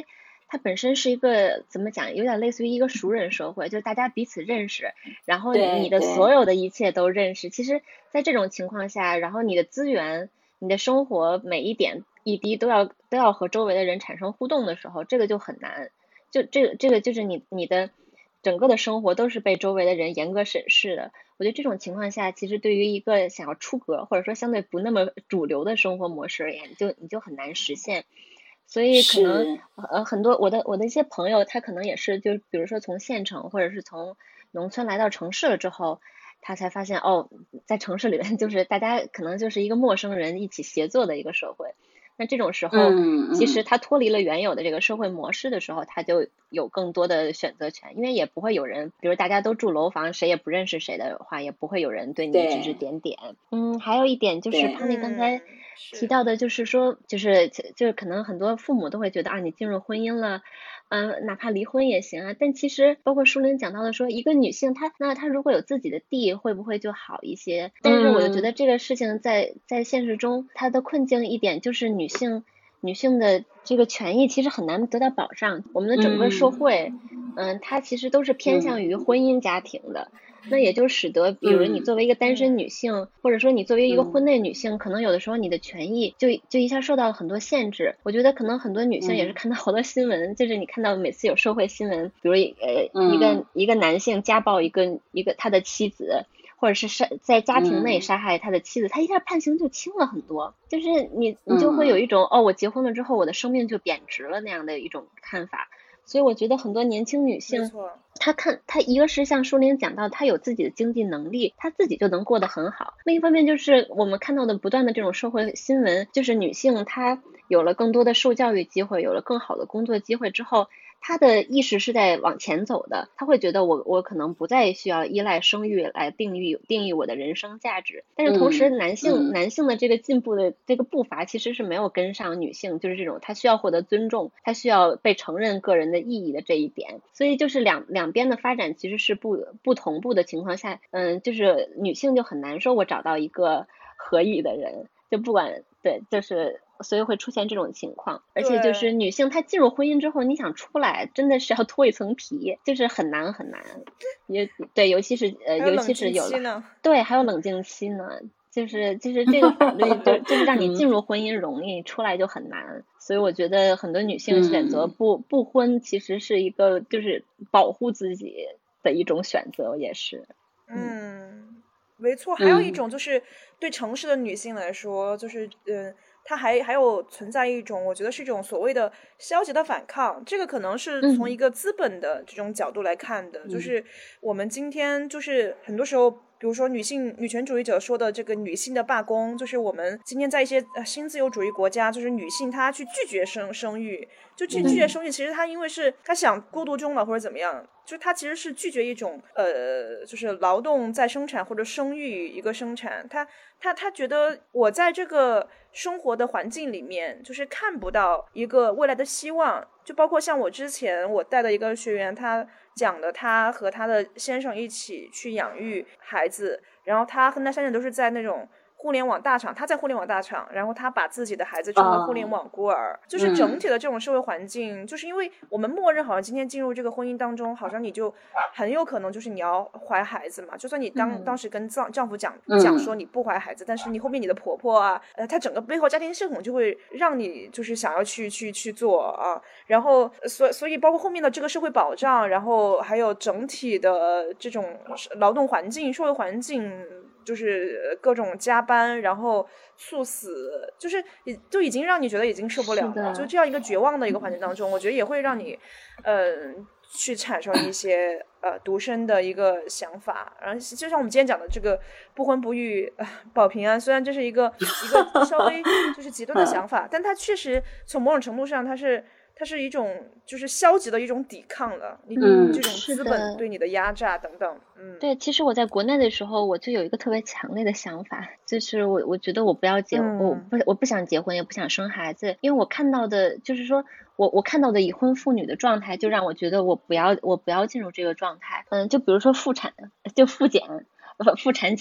它本身是一个怎么讲，有点类似于一个熟人社会，就大家彼此认识，然后你的所有的一切都认识。其实在这种情况下，然后你的资源、你的生活每一点一滴都要都要和周围的人产生互动的时候，这个就很难。就这个这个就是你你的整个的生活都是被周围的人严格审视的。我觉得这种情况下，其实对于一个想要出格或者说相对不那么主流的生活模式而言，就你就很难实现。所以可能呃很多我的我的一些朋友，他可能也是就比如说从县城或者是从农村来到城市了之后，他才发现哦，在城市里面就是大家可能就是一个陌生人一起协作的一个社会。那这种时候， 嗯， 其实他脱离了原有的这个社会模式的时候，他就有更多的选择权，因为也不会有人，比如大家都住楼房，谁也不认识谁的话，也不会有人对你指指点点。嗯，还有一点就是胖丽刚才提到的，就是说，就是就是可能很多父母都会觉得啊，你进入婚姻了。嗯、呃，哪怕离婚也行啊。但其实包括书玲讲到的说，一个女性她那她如果有自己的地，会不会就好一些？但是我就觉得这个事情在在现实中，它的困境一点就是女性女性的这个权益其实很难得到保障。我们的整个社会，嗯、呃，它其实都是偏向于婚姻家庭的。那也就使得，比如你作为一个单身女性，嗯、或者说你作为一个婚内女性，嗯、可能有的时候你的权益就就一下受到了很多限制。我觉得可能很多女性也是看到好多新闻，嗯、就是你看到每次有社会新闻，比如呃、嗯、一个一个男性家暴一个一个他的妻子，或者是杀在家庭内杀害他的妻子，他一下判刑就轻了很多。就是你你就会有一种、嗯、哦，我结婚了之后我的生命就贬值了那样的一种看法。所以我觉得很多年轻女性，她看她一个是像书玲讲到，她有自己的经济能力，她自己就能过得很好。另一方面就是我们看到的不断的这种社会新闻，就是女性她有了更多的受教育机会，有了更好的工作机会之后，她的意识是在往前走的。她会觉得我我可能不再需要依赖生育来定义定义我的人生价值。但是同时男性、嗯、男性的这个进步的这个步伐其实是没有跟上女性，就是这种她需要获得尊重，她需要被承认个人的意义的这一点。所以就是两两边的发展其实是不不同步的情况下，嗯，就是女性就很难说我找到一个合意的人，就不管对，就是所以会出现这种情况。而且就是女性她进入婚姻之后，你想出来真的是要脱一层皮，就是很难很难。也对，尤其是呃，尤其是有了对，还有冷静期呢。就是就是这个法律就就是让你进入婚姻容易，出来就很难。所以我觉得很多女性选择不不婚，其实是一个就是保护自己的一种选择，也是。 嗯，没错。还有一种就是对城市的女性来说，就是嗯。它还还有存在一种，我觉得是一种所谓的消极的反抗。这个可能是从一个资本的这种角度来看的，嗯、就是我们今天就是很多时候，比如说女性女权主义者说的这个女性的罢工，就是我们今天在一些新自由主义国家，就是女性她去拒绝生生育，就拒拒绝生育，其实她因为是她想孤独终老或者怎么样。就它其实是拒绝一种呃，就是劳动再生产或者生育一个生产，他他他觉得我在这个生活的环境里面，就是看不到一个未来的希望。就包括像我之前我带的一个学员，他讲的，他和他的先生一起去养育孩子，然后他和他先生都是在那种互联网大厂，他在互联网大厂，然后他把自己的孩子称为互联网孤儿、oh, 就是整体的这种社会环境、嗯、就是因为我们默认好像今天进入这个婚姻当中，好像你就很有可能就是你要怀孩子嘛，就算你当、嗯、当时跟丈丈夫讲讲说你不怀孩子、嗯、但是你后面你的婆婆啊，呃，他整个背后家庭系统就会让你就是想要去去去做啊，然后所所以包括后面的这个社会保障，然后还有整体的这种劳动环境社会环境，就是各种加班然后猝死，就是就已经让你觉得已经受不了了，就这样一个绝望的一个环境当中，我觉得也会让你呃去产生一些呃独身的一个想法。然后就像我们今天讲的这个不婚不育、呃、保平安，虽然这是一个一个稍微就是极端的想法但它确实从某种程度上它是它是一种就是消极的一种抵抗了，你嗯， 这种资本对你的压榨等等。嗯， 对，其实我在国内的时候，我就有一个特别强烈的想法，就是我我觉得我不要结，嗯、我不我不想结婚，也不想生孩子，因为我看到的就是说我我看到的已婚妇女的状态，就让我觉得我不要我不要进入这个状态。嗯，就比如说妇产，就妇检，妇产检。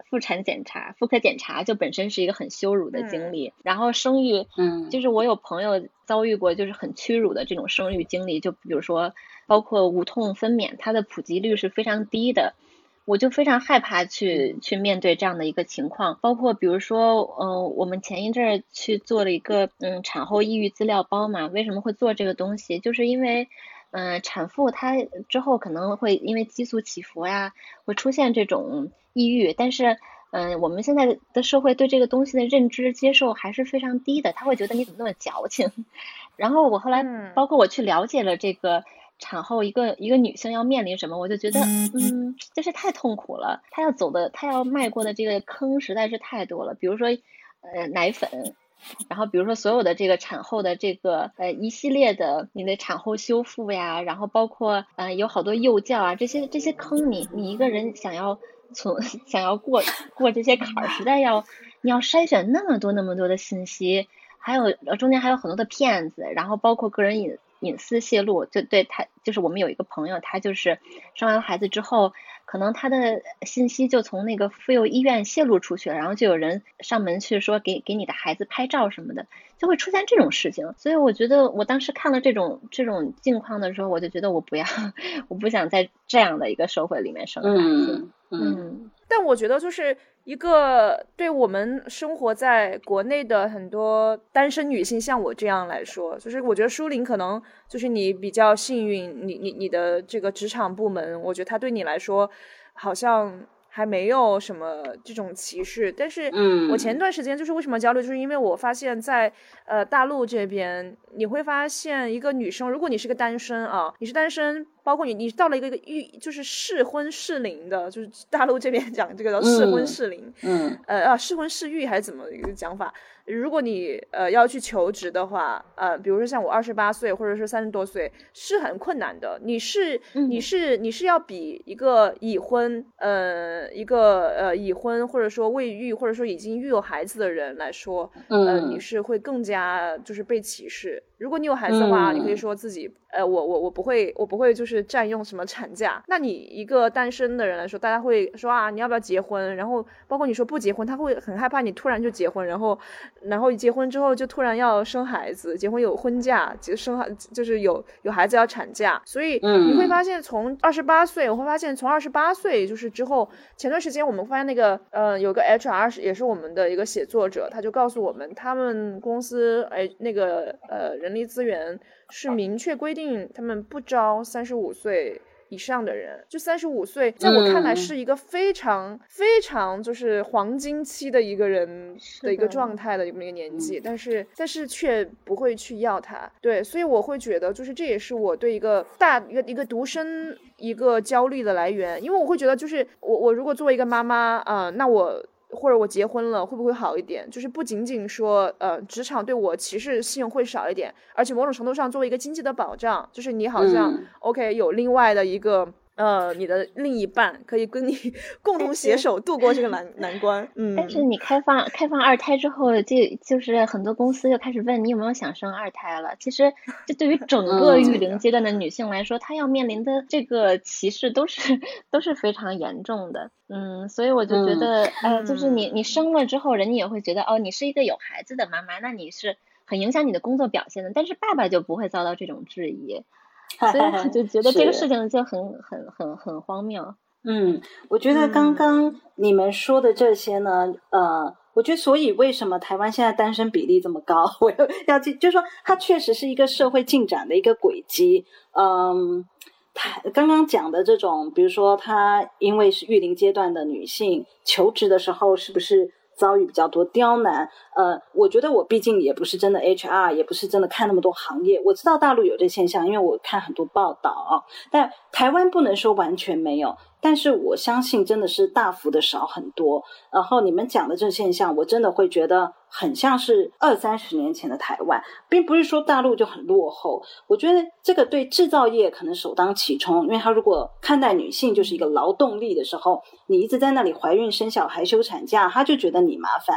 妇产检查，妇科检查就本身是一个很羞辱的经历，嗯、然后生育，嗯，就是我有朋友遭遇过就是很屈辱的这种生育经历，就比如说包括无痛分娩，它的普及率是非常低的。我就非常害怕去去面对这样的一个情况，包括比如说，嗯、呃，我们前一阵儿去做了一个嗯产后抑郁资料包嘛，为什么会做这个东西？就是因为，嗯、呃，产妇她之后可能会因为激素起伏呀，会出现这种抑郁，但是，嗯、呃，我们现在的社会对这个东西的认知接受还是非常低的，他会觉得你怎么那么矫情。然后我后来，包括我去了解了这个。产后一个一个女性要面临什么，我就觉得嗯就是太痛苦了，她要走的她要迈过的这个坑实在是太多了，比如说呃奶粉，然后比如说所有的这个产后的这个呃一系列的你的产后修复呀，然后包括呃有好多幼教啊，这些这些坑你你一个人想要从想要过过这些坎儿，实在要你要筛选那么多那么多的信息，还有中间还有很多的骗子，然后包括个人隐隐私泄露，就对他就是我们有一个朋友，他就是生完孩子之后，可能他的信息就从那个妇幼医院泄露出去了，然后就有人上门去说给给你的孩子拍照什么的，就会出现这种事情。所以我觉得我当时看了这种这种境况的时候，我就觉得我不要，我不想在这样的一个社会里面生孩子。嗯， 嗯但我觉得就是一个对我们生活在国内的很多单身女性，像我这样来说，就是我觉得舒琳可能就是你比较幸运，你你你的这个职场部门，我觉得它对你来说好像还没有什么这种歧视。但是我前段时间就是为什么焦虑，就是因为我发现在呃大陆这边，你会发现一个女生，如果你是个单身啊，你是单身，包括你你到了一个育就是适婚适龄的，就是大陆这边讲这个叫适婚适龄，嗯，呃啊适婚适育还是怎么一个讲法？如果你呃要去求职的话，呃，比如说像我二十八岁或者是三十多岁，是很困难的。你是你是你是要比一个已婚呃一个呃已婚或者说未育或者说已经育有孩子的人来说，呃，你是会更加就是被歧视。如果你有孩子的话，嗯、你可以说自己，呃，我我我不会，我不会就是占用什么产假。那你一个单身的人来说，大家会说啊，你要不要结婚？然后包括你说不结婚，他会很害怕你突然就结婚，然后然后结婚之后就突然要生孩子，结婚有婚假，生孩就是有有孩子要产假。所以你会发现，从二十八岁，我会发现从二十八岁就是之后，前段时间我们发现那个呃有个 H R 也是我们的一个写作者，他就告诉我们，他们公司哎那个呃人。人力资源是明确规定他们不招三十五岁以上的人，就三十五岁在我看来是一个非常、嗯、非常就是黄金期的一个人的一个状态的一个年纪，但是但是却不会去要他。对，所以我会觉得就是这也是我对一个大一个一个独生一个焦虑的来源，因为我会觉得就是我我如果作为一个妈妈啊、呃，那我或者我结婚了会不会好一点，就是不仅仅说呃职场对我歧视性会少一点，而且某种程度上作为一个经济的保障，就是你好像、嗯、OK 有另外的一个呃你的另一半可以跟你共同携手度过这个难难关。嗯， 但是你开放开放二胎之后，就就是很多公司又开始问你有没有想生二胎了。其实这对于整个育龄阶段的女性来说，她要面临的这个歧视都是都是非常严重的。嗯，所以我就觉得，嗯、呃，就是你你生了之后，人家也会觉得，哦，你是一个有孩子的妈妈，那你是很影响你的工作表现的。但是爸爸就不会遭到这种质疑，所以我就觉得这个事情就很很很很荒谬。 嗯，我觉得刚刚你们说的这些呢，嗯、呃，我觉得所以为什么台湾现在单身比例这么高，我要记，就是说它确实是一个社会进展的一个轨迹，嗯。刚刚讲的这种，比如说她因为是育龄阶段的女性，求职的时候是不是遭遇比较多刁难？呃，我觉得我毕竟也不是真的 H R， 也不是真的看那么多行业，我知道大陆有这现象，因为我看很多报道，但台湾不能说完全没有，但是我相信真的是大幅的少很多。然后你们讲的这现象，我真的会觉得很像是二三十年前的台湾，并不是说大陆就很落后。我觉得这个对制造业可能首当其冲，因为他如果看待女性就是一个劳动力的时候，你一直在那里怀孕生小孩休产假，他就觉得你麻烦。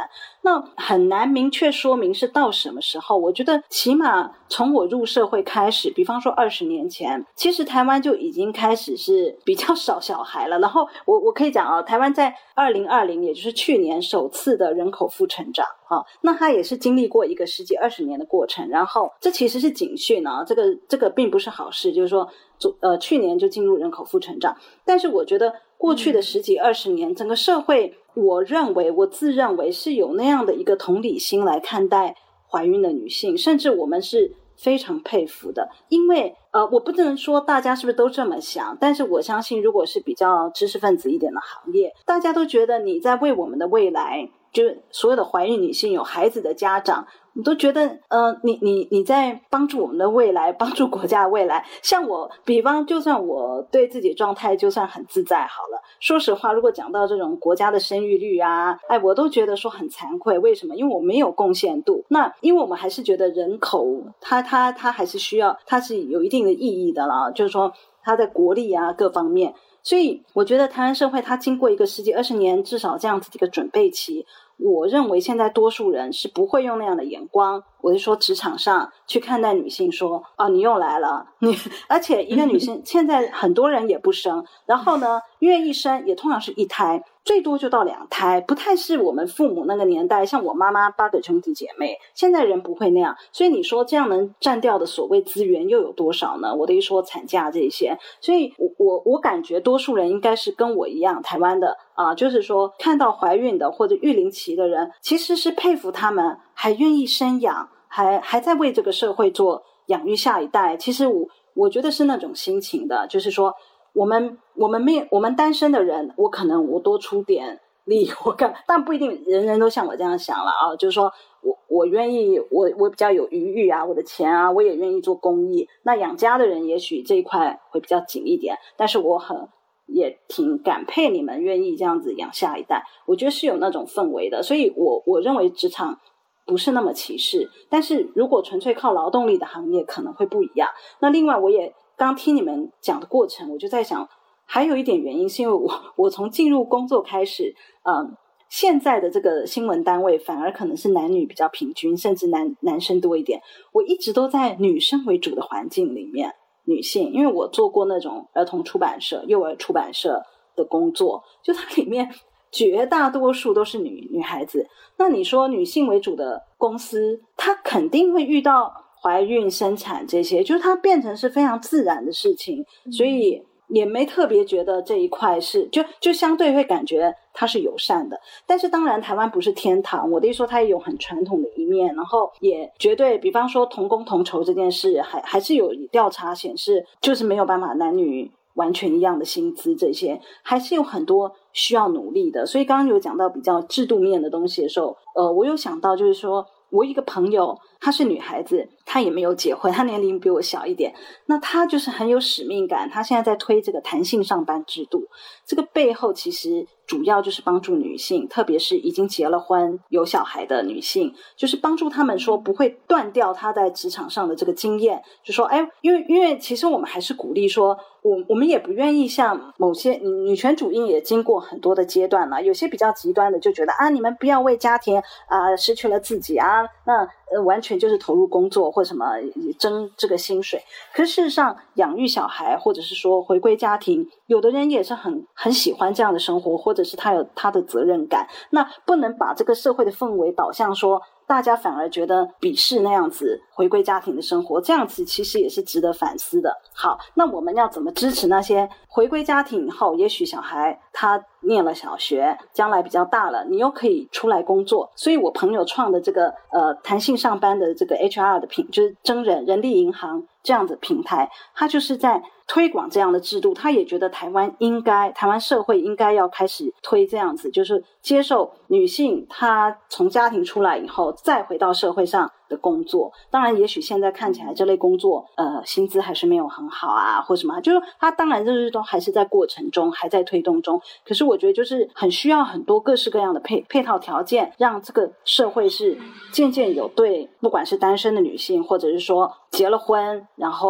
那很难明确说明是到什么时候。我觉得起码从我入社会开始，比方说二十年前，其实台湾就已经开始是比较少小孩了。然后我我可以讲啊，台湾在二零二零也就是去年首次的人口负成长啊，那它也是经历过一个十几二十年的过程。然后这其实是警讯啊，这个这个并不是好事，就是说呃去年就进入人口负成长。但是我觉得过去的十几二十年，整个社会我认为我自认为是有那样的一个同理心来看待怀孕的女性，甚至我们是非常佩服的。因为呃，我不能说大家是不是都这么想，但是我相信如果是比较知识分子一点的行业，大家都觉得你在为我们的未来，就是所有的怀孕女性有孩子的家长，你都觉得呃，你你你在帮助我们的未来，帮助国家的未来。像我比方就算我对自己状态就算很自在好了，说实话如果讲到这种国家的生育率啊，哎，我都觉得说很惭愧。为什么？因为我没有贡献度。那因为我们还是觉得人口它它它还是需要，它是有一定的意义的啦，就是说它在国力啊各方面。所以我觉得台湾社会它经过一个十几二十年至少这样子的一个准备期，我认为现在多数人是不会用那样的眼光，我是说职场上去看待女性说啊，你又来了你，而且一个女性现在很多人也不生，然后呢愿意生也通常是一胎，最多就到两胎，不太是我们父母那个年代，像我妈妈八个兄弟姐妹，现在人不会那样。所以你说这样能占掉的所谓资源又有多少呢？我的一说产假这些，所以我我我感觉多数人应该是跟我一样，台湾的啊，就是说看到怀孕的或者育龄期的人，其实是佩服他们还愿意生养，还还在为这个社会做养育下一代。其实我我觉得是那种心情的，就是说我们我们没我们单身的人，我可能我多出点力，我干，但不一定人人都像我这样想了啊。就是说我我愿意，我我比较有余裕啊，我的钱啊，我也愿意做公益。那养家的人也许这一块会比较紧一点，但是我很也挺感佩你们愿意这样子养下一代，我觉得是有那种氛围的。所以我我认为职场不是那么歧视，但是如果纯粹靠劳动力的行业可能会不一样。那另外我也刚听你们讲的过程，我就在想还有一点原因是因为我我从进入工作开始，嗯，现在的这个新闻单位反而可能是男女比较平均，甚至男男生多一点。我一直都在女生为主的环境里面，女性，因为我做过那种儿童出版社、幼儿出版社的工作，就它里面绝大多数都是女女孩子。那你说女性为主的公司，它肯定会遇到怀孕生产这些，就是它变成是非常自然的事情，所以也没特别觉得这一块是就就相对会感觉它是友善的。但是当然台湾不是天堂，我的意思说它也有很传统的一面，然后也绝对比方说同工同酬这件事还还是有调查显示就是没有办法男女完全一样的薪资，这些还是有很多需要努力的。所以刚刚有讲到比较制度面的东西的时候，呃，我有想到就是说我一个朋友她是女孩子，她也没有结婚，她年龄比我小一点，那她就是很有使命感，她现在在推这个弹性上班制度，这个背后其实主要就是帮助女性，特别是已经结了婚有小孩的女性，就是帮助她们说不会断掉她在职场上的这个经验，就说哎，因为因为其实我们还是鼓励说我我们也不愿意像某些女权主义也经过很多的阶段了，有些比较极端的就觉得啊，你们不要为家庭啊、呃、失去了自己啊，那呃完全就是投入工作或什么争这个薪水。可是事实上养育小孩或者是说回归家庭，有的人也是很很喜欢这样的生活，或者是他有他的责任感，那不能把这个社会的氛围导向说大家反而觉得鄙视那样子回归家庭的生活，这样子其实也是值得反思的。好，那我们要怎么支持那些回归家庭以后，也许小孩他念了小学，将来比较大了，你又可以出来工作。所以我朋友创的这个呃弹性上班的这个 H R 的平，就是征人人力银行这样的平台，他就是在推广这样的制度。他也觉得台湾应该台湾社会应该要开始推这样子，就是接受女性她从家庭出来以后再回到社会上的工作。当然也许现在看起来这类工作呃薪资还是没有很好啊或什么，就是他当然就是都还是在过程中还在推动中，可是我觉得就是很需要很多各式各样的配配套条件，让这个社会是渐渐有对不管是单身的女性或者是说结了婚然后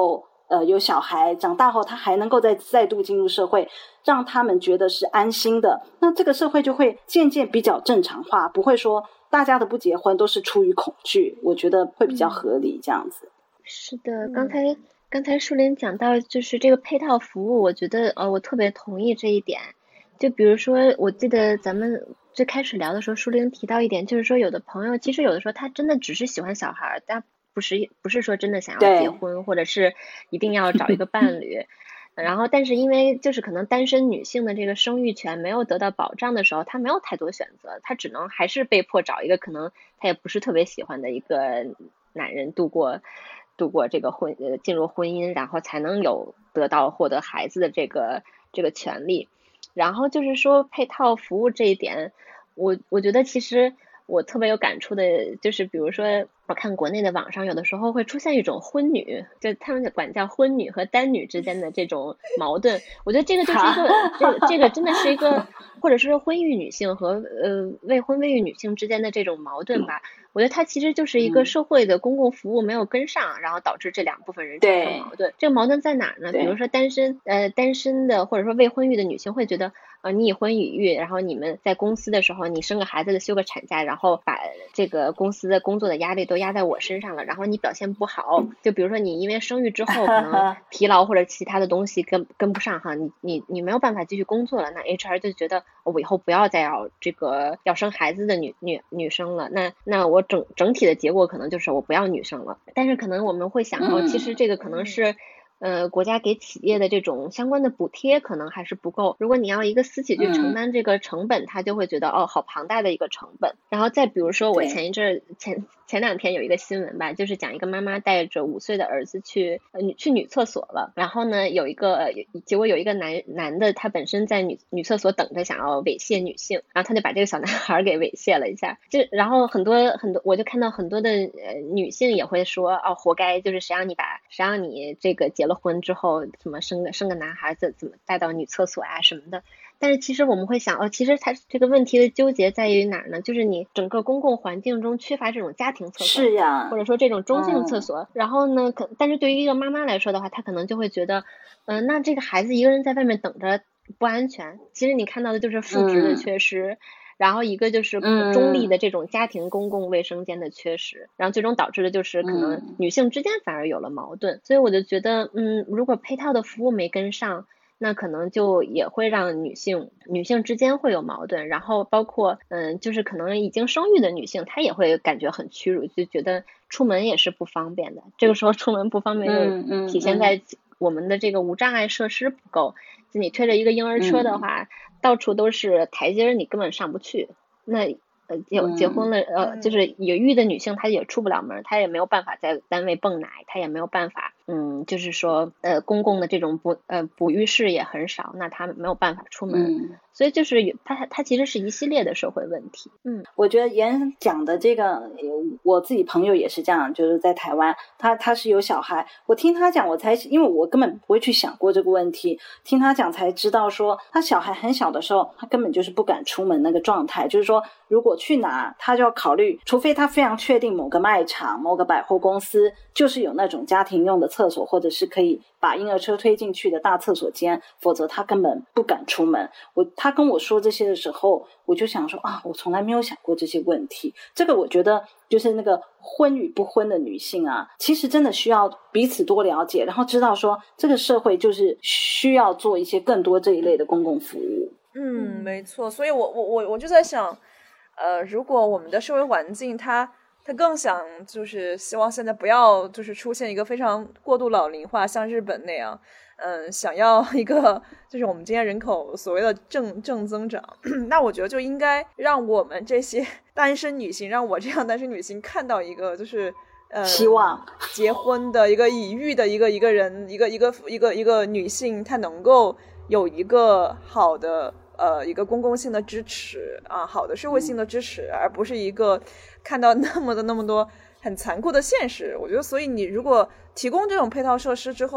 呃有小孩，长大后他还能够再再度进入社会，让他们觉得是安心的，那这个社会就会渐渐比较正常化，不会说大家的不结婚都是出于恐惧，我觉得会比较合理这样子。 是的，刚才刚才树林讲到就是这个配套服务，我觉得呃我特别同意这一点。就比如说我记得咱们最开始聊的时候，树林提到一点，就是说有的朋友其实有的时候他真的只是喜欢小孩，但不是不是说真的想要结婚，或者是一定要找一个伴侣然后但是因为就是可能单身女性的这个生育权没有得到保障的时候，她没有太多选择，她只能还是被迫找一个可能她也不是特别喜欢的一个男人度过度过这个婚呃进入婚姻，然后才能有得到获得孩子的这个这个权利。然后就是说配套服务这一点，我我觉得其实我特别有感触的就是比如说我看国内的网上有的时候会出现一种婚女，就他们管叫婚女和单女之间的这种矛盾，我觉得这个就是一个这个这个真的是一个或者是婚育女性和呃未婚未育女性之间的这种矛盾吧，我觉得它其实就是一个社会的公共服务没有跟上，然后导致这两部分人产生矛盾。这个矛盾在哪儿呢？比如说单身呃单身的或者说未婚育的女性会觉得呃你已婚已育，然后你们在公司的时候你生个孩子的休个产假，然后把这个公司的工作的压力都压在我身上了，然后你表现不好，就比如说你因为生育之后可能疲劳或者其他的东西跟跟不上哈，你你你没有办法继续工作了，那 H R 就觉得我以后不要再要这个要生孩子的女女女生了，那那我整整体的结果可能就是我不要女生了。但是可能我们会想哦，其实这个可能是呃，国家给企业的这种相关的补贴可能还是不够。如果你要一个私企去承担这个成本，他就会觉得哦，好庞大的一个成本。然后再比如说，我前一阵前前两天有一个新闻吧，就是讲一个妈妈带着五岁的儿子去呃女去女厕所了，然后呢，有一个结果有一个男男的，他本身在女女厕所等着想要猥亵女性，然后他就把这个小男孩给猥亵了一下。就然后很多很多，我就看到很多的呃女性也会说哦，活该，就是谁让你把谁让你这个结了婚之后怎么生个生个男孩子，怎么带到女厕所啊什么的。但是其实我们会想哦，其实它这个问题的纠结在于哪儿呢？就是你整个公共环境中缺乏这种家庭厕所， 是呀， 或者说这种中性厕所。嗯、然后呢，可但是对于一个妈妈来说的话，她可能就会觉得，嗯、呃，那这个孩子一个人在外面等着不安全。其实你看到的就是父职的缺失。嗯，然后一个就是中立的这种家庭公共卫生间的缺失，嗯、然后最终导致的就是可能女性之间反而有了矛盾。嗯、所以我就觉得，嗯，如果配套的服务没跟上，那可能就也会让女性女性之间会有矛盾，然后包括嗯，就是可能已经生育的女性，她也会感觉很屈辱，就觉得出门也是不方便的。这个时候出门不方便就体现在我们的这个无障碍设施不够。就你推着一个婴儿车的话，嗯、到处都是台阶，你根本上不去。那呃结结婚了，嗯、呃，就是有育的女性，她也出不了门，她也没有办法在单位泵奶，她也没有办法，嗯，就是说呃公共的这种哺呃哺育室也很少，那她没有办法出门。嗯，所以就是它它其实是一系列的社会问题。嗯， 我觉得妍讲的这个，我自己朋友也是这样，就是在台湾，他他是有小孩，我听他讲，我才因为我根本不会去想过这个问题，听他讲才知道说，他小孩很小的时候，他根本就是不敢出门那个状态，就是说如果去哪，他就要考虑，除非他非常确定某个卖场、某个百货公司就是有那种家庭用的厕所，或者是可以把婴儿车推进去的大厕所间，否则他根本不敢出门。我他跟我说这些的时候，我就想说啊，我从来没有想过这些问题。这个我觉得就是那个婚与不婚的女性啊，其实真的需要彼此多了解，然后知道说这个社会就是需要做一些更多这一类的公共服务。 嗯，没错。所以我我我我就在想，呃，如果我们的社会环境它他更想就是希望现在不要就是出现一个非常过度老龄化，像日本那样，嗯，想要一个就是我们今天人口所谓的正正增长，那我觉得就应该让我们这些单身女性，让我这样单身女性看到一个就是呃希望结婚的一个已育的一个一个人一个一个一个一个女性，她能够有一个好的呃一个公共性的支持啊，好的社会性的支持，而不是一个看到那么的那么多很残酷的现实。我觉得所以你如果提供这种配套设施之后，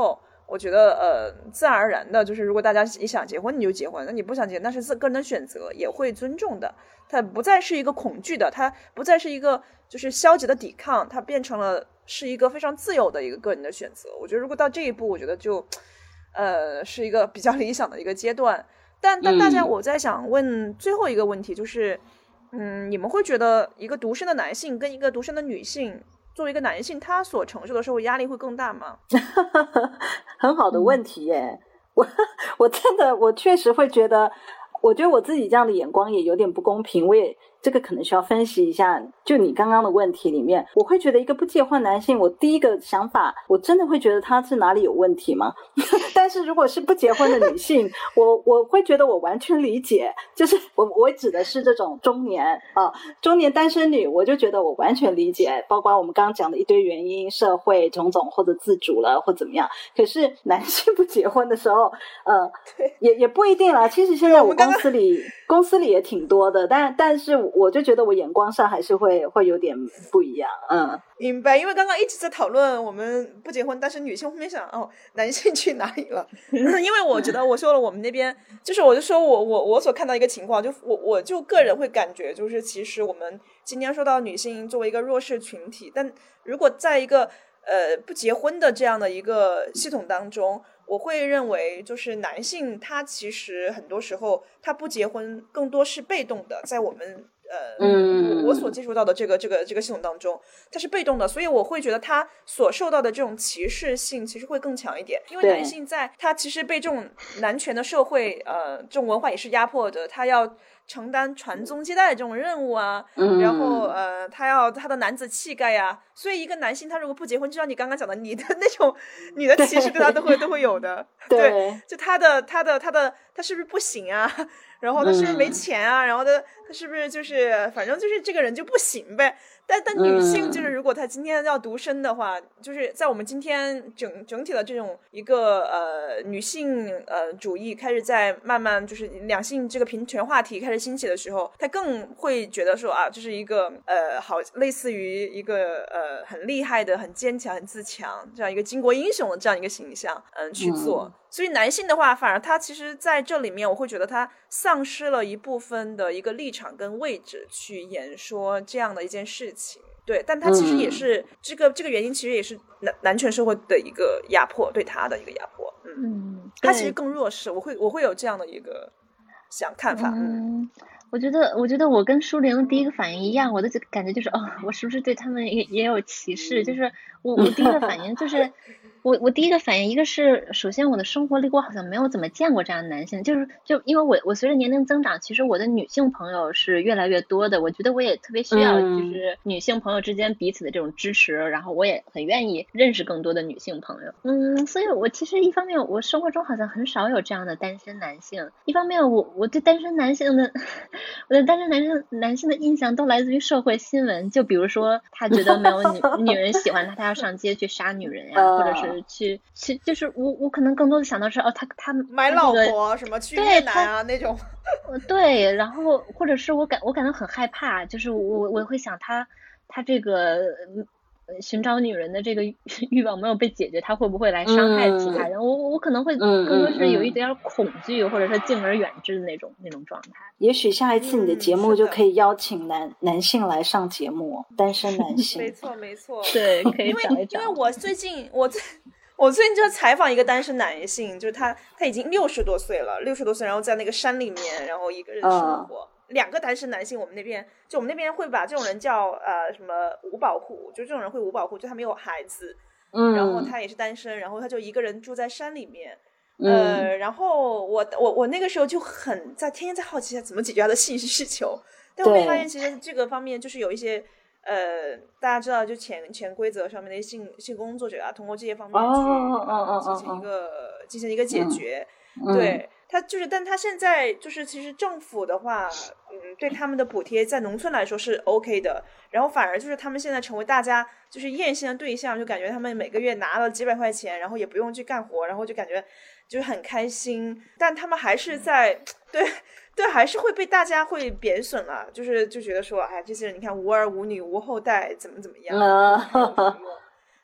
我觉得呃，自然而然的，就是如果大家你想结婚你就结婚，那你不想结那是自个人的选择，也会尊重的。它不再是一个恐惧的，它不再是一个就是消极的抵抗，它变成了是一个非常自由的一个个人的选择。我觉得如果到这一步，我觉得就呃是一个比较理想的一个阶段。但但大家，我在想问最后一个问题，就是嗯，你们会觉得一个独生的男性跟一个独生的女性，作为一个男性，他所承受的社会压力会更大吗？ 很好的问题耶，我我真的我确实会觉得，我觉得我自己这样的眼光也有点不公平，我也这个可能需要分析一下。就你刚刚的问题里面，我会觉得一个不结婚男性，我第一个想法，我真的会觉得他是哪里有问题吗？但是如果是不结婚的女性，我我会觉得我完全理解，就是我我指的是这种中年啊中年单身女，我就觉得我完全理解，包括我们刚刚讲的一堆原因，社会种种或者自主了或怎么样。可是男性不结婚的时候，呃，也也不一定啦。其实现在我公司里公司里也挺多的，但但是我就觉得我眼光上还是会会有点不一样。嗯， 明白。因为刚刚一直在讨论我们不结婚但是女性，后面想哦，男性去哪里了？因为我觉得我说了，我们那边就是我就说我我我所看到一个情况，就我我就个人会感觉，就是其实我们今天说到女性作为一个弱势群体，但如果在一个呃不结婚的这样的一个系统当中，我会认为就是男性他其实很多时候他不结婚更多是被动的，在我们呃， 嗯， 我所接触到的这个这个这个系统当中，它是被动的，所以我会觉得他所受到的这种歧视性其实会更强一点。因为男性在他其实被这种男权的社会呃这种文化也是压迫的，他要承担传宗接代的这种任务啊， 嗯、 然后呃他要他的男子气概呀、啊，所以一个男性他如果不结婚，就像你刚刚讲的，你的那种你的歧视对他都会都会有的。 对， 对，就他的他的他的他是不是不行啊？然后他是不是没钱啊？嗯、然后他他是不是就是反正就是这个人就不行呗？但但女性就是如果她今天要独身的话，嗯、就是在我们今天整整体的这种一个呃女性呃主义开始在慢慢就是两性这个平权话题开始兴起的时候，她更会觉得说啊，这是一个呃好类似于一个呃很厉害的、很坚强、很自强这样一个巾帼英雄的这样一个形象，嗯、呃、去做。嗯，所以男性的话，反而他其实在这里面，我会觉得他丧失了一部分的一个立场跟位置去演说这样的一件事情。对，但他其实也是、嗯、这个这个原因，其实也是男男权社会的一个压迫，对他的一个压迫。嗯，嗯他其实更弱势，我会我会有这样的一个想看法。嗯。 嗯，我觉得，我觉得我跟舒玲第一个反应一样，我的感觉就是，哦，我是不是对他们也也有歧视？就是我，我第一个反应就是，我我第一个反应，一个是，首先我的生活里我好像没有怎么见过这样的男性，就是就因为我我随着年龄增长，其实我的女性朋友是越来越多的，我觉得我也特别需要，就是女性朋友之间彼此的这种支持，然后我也很愿意认识更多的女性朋友。嗯，所以我其实一方面我生活中好像很少有这样的单身男性，一方面我我对单身男性的。我的单身男生男性的印象都来自于社会新闻，就比如说他觉得没有女女人喜欢他，他要上街去杀女人呀、啊，或者是去去，就是我我可能更多的想到是哦，他他买老婆、这个、什么去越南啊那种， 对，然后或者是我感我感到很害怕，就是我我会想他他这个。寻找女人的这个欲望没有被解决，他会不会来伤害其他人？嗯、我我可能会更多是有一点恐惧，嗯嗯、或者是敬而远之的那种那种状态。 也许下一次你的节目就可以邀请男、嗯、男性来上节目，单身男性。 没错没错， 对，可以找一找。 因为因为我最近我最我最近就采访一个单身男性，就是他他已经六十多岁了，六十多岁，然后在那个山里面，然后一个人生活。嗯两个单身男性，我们那边就我们那边会把这种人叫呃什么无保护，就这种人会无保护，就他没有孩子，嗯，然后他也是单身，然后他就一个人住在山里面，嗯、呃，然后我我我那个时候就很在天天在好奇他怎么解决他的性需求，但我会发现其实这个方面就是有一些呃大家知道就潜潜规则上面的性性工作者啊，通过这些方面去、 哦呃、 进行一个、哦、进行一个解决， 嗯、 对。他就是，但他现在就是，其实政府的话，嗯，对他们的补贴在农村来说是 OK 的，然后反而就是他们现在成为大家就是艳羡的对象，就感觉他们每个月拿了几百块钱，然后也不用去干活，然后就感觉就是很开心，但他们还是在对对，还是会被大家会贬损了，就是就觉得说，哎，这些人你看无儿无女无后代，怎么怎么样。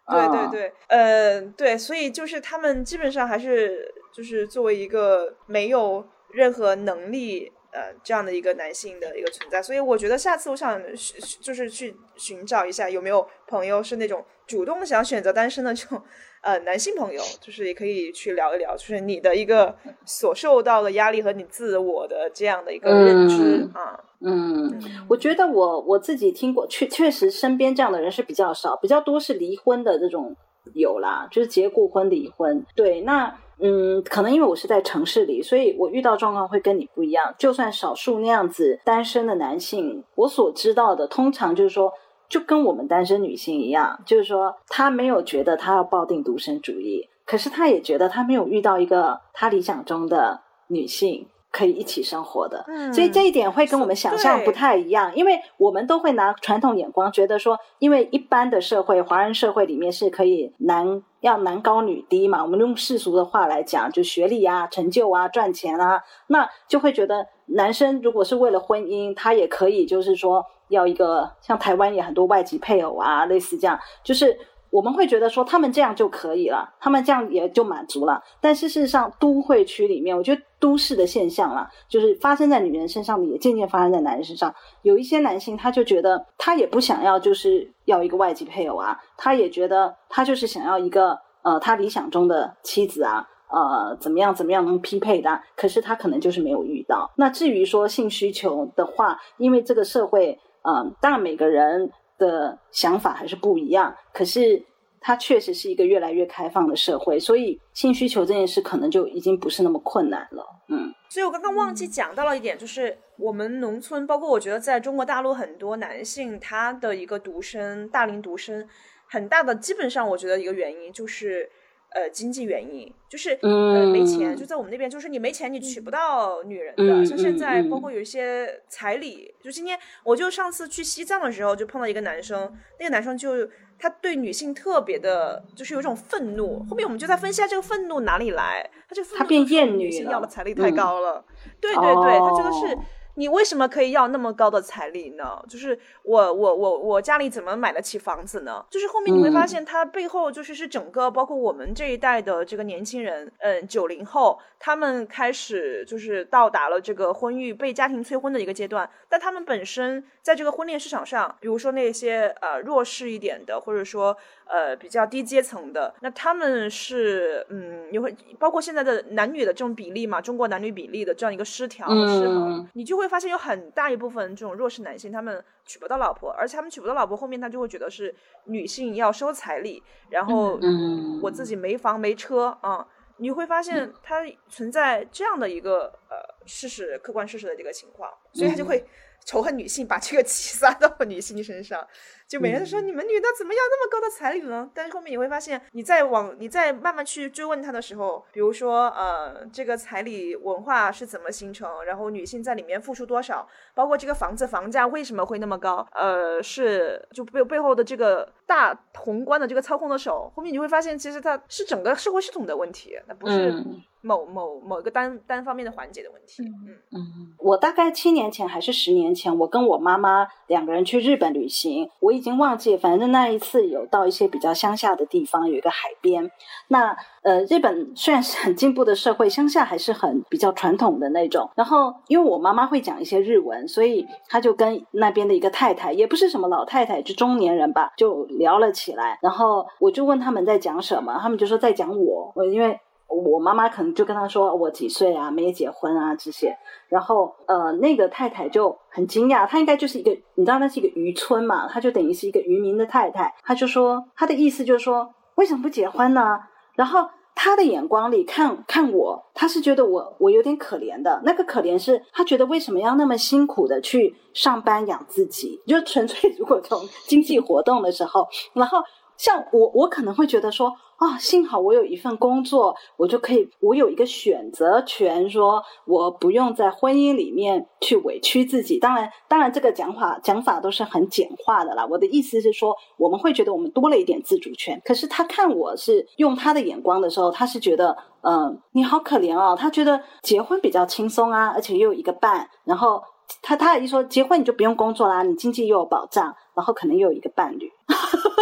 对对对，呃，对，所以就是他们基本上还是就是作为一个没有任何能力呃这样的一个男性的一个存在，所以我觉得下次我想就是去寻找一下有没有朋友是那种主动想选择单身的这种呃男性朋友，就是也可以去聊一聊，就是你的一个所受到的压力和你自我的这样的一个认知、嗯、啊。 嗯，我觉得我我自己听过，确确实身边这样的人是比较少，比较多是离婚的这种有啦，就是结过婚离婚。对，那嗯，可能因为我是在城市里，所以我遇到状况会跟你不一样。就算少数那样子单身的男性，我所知道的通常就是说，就跟我们单身女性一样，就是说他没有觉得他要抱定独身主义，可是他也觉得他没有遇到一个他理想中的女性可以一起生活的、嗯、所以这一点会跟我们想象不太一样，因为我们都会拿传统眼光觉得说，因为一般的社会华人社会里面是可以男要男高女低嘛，我们用世俗的话来讲就学历啊成就啊赚钱啊，那就会觉得男生如果是为了婚姻，他也可以就是说要一个像台湾也很多外籍配偶啊，类似这样，就是我们会觉得说他们这样就可以了，他们这样也就满足了。但是事实上都会区里面，我觉得都市的现象啦，就是发生在女人身上的也渐渐发生在男人身上。有一些男性他就觉得他也不想要就是要一个外籍配偶啊，他也觉得他就是想要一个呃他理想中的妻子啊，呃怎么样怎么样能匹配的、啊、可是他可能就是没有遇到。那至于说性需求的话，因为这个社会呃当然每个人的想法还是不一样，可是它确实是一个越来越开放的社会，所以性需求这件事可能就已经不是那么困难了。嗯， 所以我刚刚忘记讲到了一点，就是我们农村，包括我觉得在中国大陆很多男性他的一个独身大龄独身，很大的基本上我觉得一个原因就是呃经济原因，就是呃没钱，就在我们那边就是你没钱你娶不到女人的、嗯、像现在包括有一些彩礼、嗯、就今天我就上次去西藏的时候就碰到一个男生，那个男生就他对女性特别的就是有一种愤怒，后面我们就在分析下这个愤怒哪里来，他这愤怒他变厌女了， 女性要的彩礼太高了、嗯、对对对、哦、他觉得是你为什么可以要那么高的彩礼呢？就是我我我我家里怎么买得起房子呢？就是后面你会发现它背后就是是整个包括我们这一代的这个年轻人，嗯，九零后，他们开始就是到达了这个婚育被家庭催婚的一个阶段，但他们本身在这个婚恋市场上，比如说那些呃弱势一点的，或者说呃比较低阶层的，那他们是嗯，你会包括现在的男女的这种比例嘛，中国男女比例的这样一个失调和失衡、嗯，你就会发现有很大一部分这种弱势男性他们娶不到老婆，而且他们娶不到老婆后面他就会觉得是女性要收彩礼，然后我自己没房没车啊、嗯，你会发现它存在这样的一个呃事实客观事实的这个情况，所以他就会仇恨女性，把这个气撒到女性身上，就每人都说你们女的怎么要那么高的彩礼呢？但是后面你会发现，你再往你再慢慢去追问他的时候，比如说呃，这个彩礼文化是怎么形成，然后女性在里面付出多少，包括这个房子房价为什么会那么高，呃，是就背背后的这个大宏观的这个操控的手，后面你会发现，其实它是整个社会系统的问题，那不是某某某一个单单方面的环节的问题。嗯嗯，我大概七年前还是十年前，我跟我妈妈两个人去日本旅行，我已经忘记，反正那一次有到一些比较乡下的地方，有一个海边。那呃，日本虽然是很进步的社会，乡下还是很比较传统的那种。然后因为我妈妈会讲一些日文，所以她就跟那边的一个太太，也不是什么老太太，就中年人吧，就聊了起来。然后我就问他们在讲什么，他们就说在讲我，我因为我妈妈可能就跟他说我几岁啊，没结婚啊这些。然后呃，那个太太就很惊讶，她应该就是一个，你知道那是一个渔村嘛，她就等于是一个渔民的太太。她就说，她的意思就是说为什么不结婚呢？然后她的眼光里看看我，她是觉得我我有点可怜的，那个可怜是她觉得为什么要那么辛苦的去上班养自己，就纯粹如果从经济活动的时候，然后像我我可能会觉得说啊、哦，幸好我有一份工作，我就可以我有一个选择权，说我不用在婚姻里面去委屈自己。当然当然这个讲法讲法都是很简化的啦，我的意思是说我们会觉得我们多了一点自主权，可是他看我是用他的眼光的时候，他是觉得嗯、呃，你好可怜哦，他觉得结婚比较轻松啊，而且又有一个伴，然后他他一说结婚你就不用工作啦，你经济又有保障，然后可能又有一个伴侣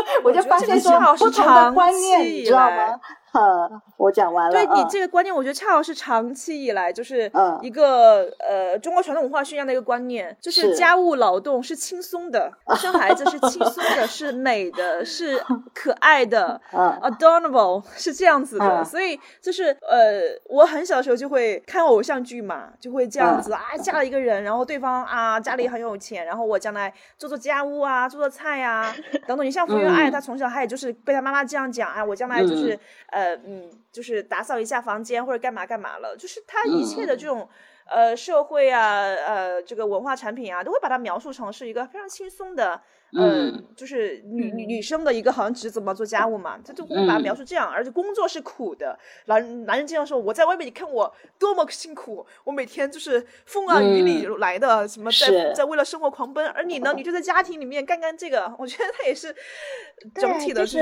我就发现说不同的观念，你知道吗？呃，我讲完了。 对、 嗯、 你这个观念，我觉得恰好是长期以来就是一个、嗯、呃中国传统文化宣扬的一个观念，就是家务劳动是轻松的，生孩子是轻松的，是美的，是可爱的、嗯、，adorable 是这样子的。嗯、所以就是呃，我很小的时候就会看偶像剧嘛，就会这样子、嗯、啊，嫁了一个人，然后对方啊家里很有钱，然后我将来做做家务啊，做做菜啊等等。你像福原爱，她从小她也就是被她妈妈这样讲啊，我将来就是、嗯、呃。呃嗯，就是打扫一下房间或者干嘛干嘛了，就是他一切的这种、嗯、呃社会啊呃这个文化产品啊，都会把它描述成是一个非常轻松的，嗯、呃，就是女女女生的一个好像只怎么做家务嘛，他就会把它描述这样，而且工作是苦的，男男人经常说我在外面你看我多么辛苦，我每天就是风啊雨里来的、嗯、什么在在为了生活狂奔，而你呢你就在家庭里面干干这个，我觉得他也是整体的就是、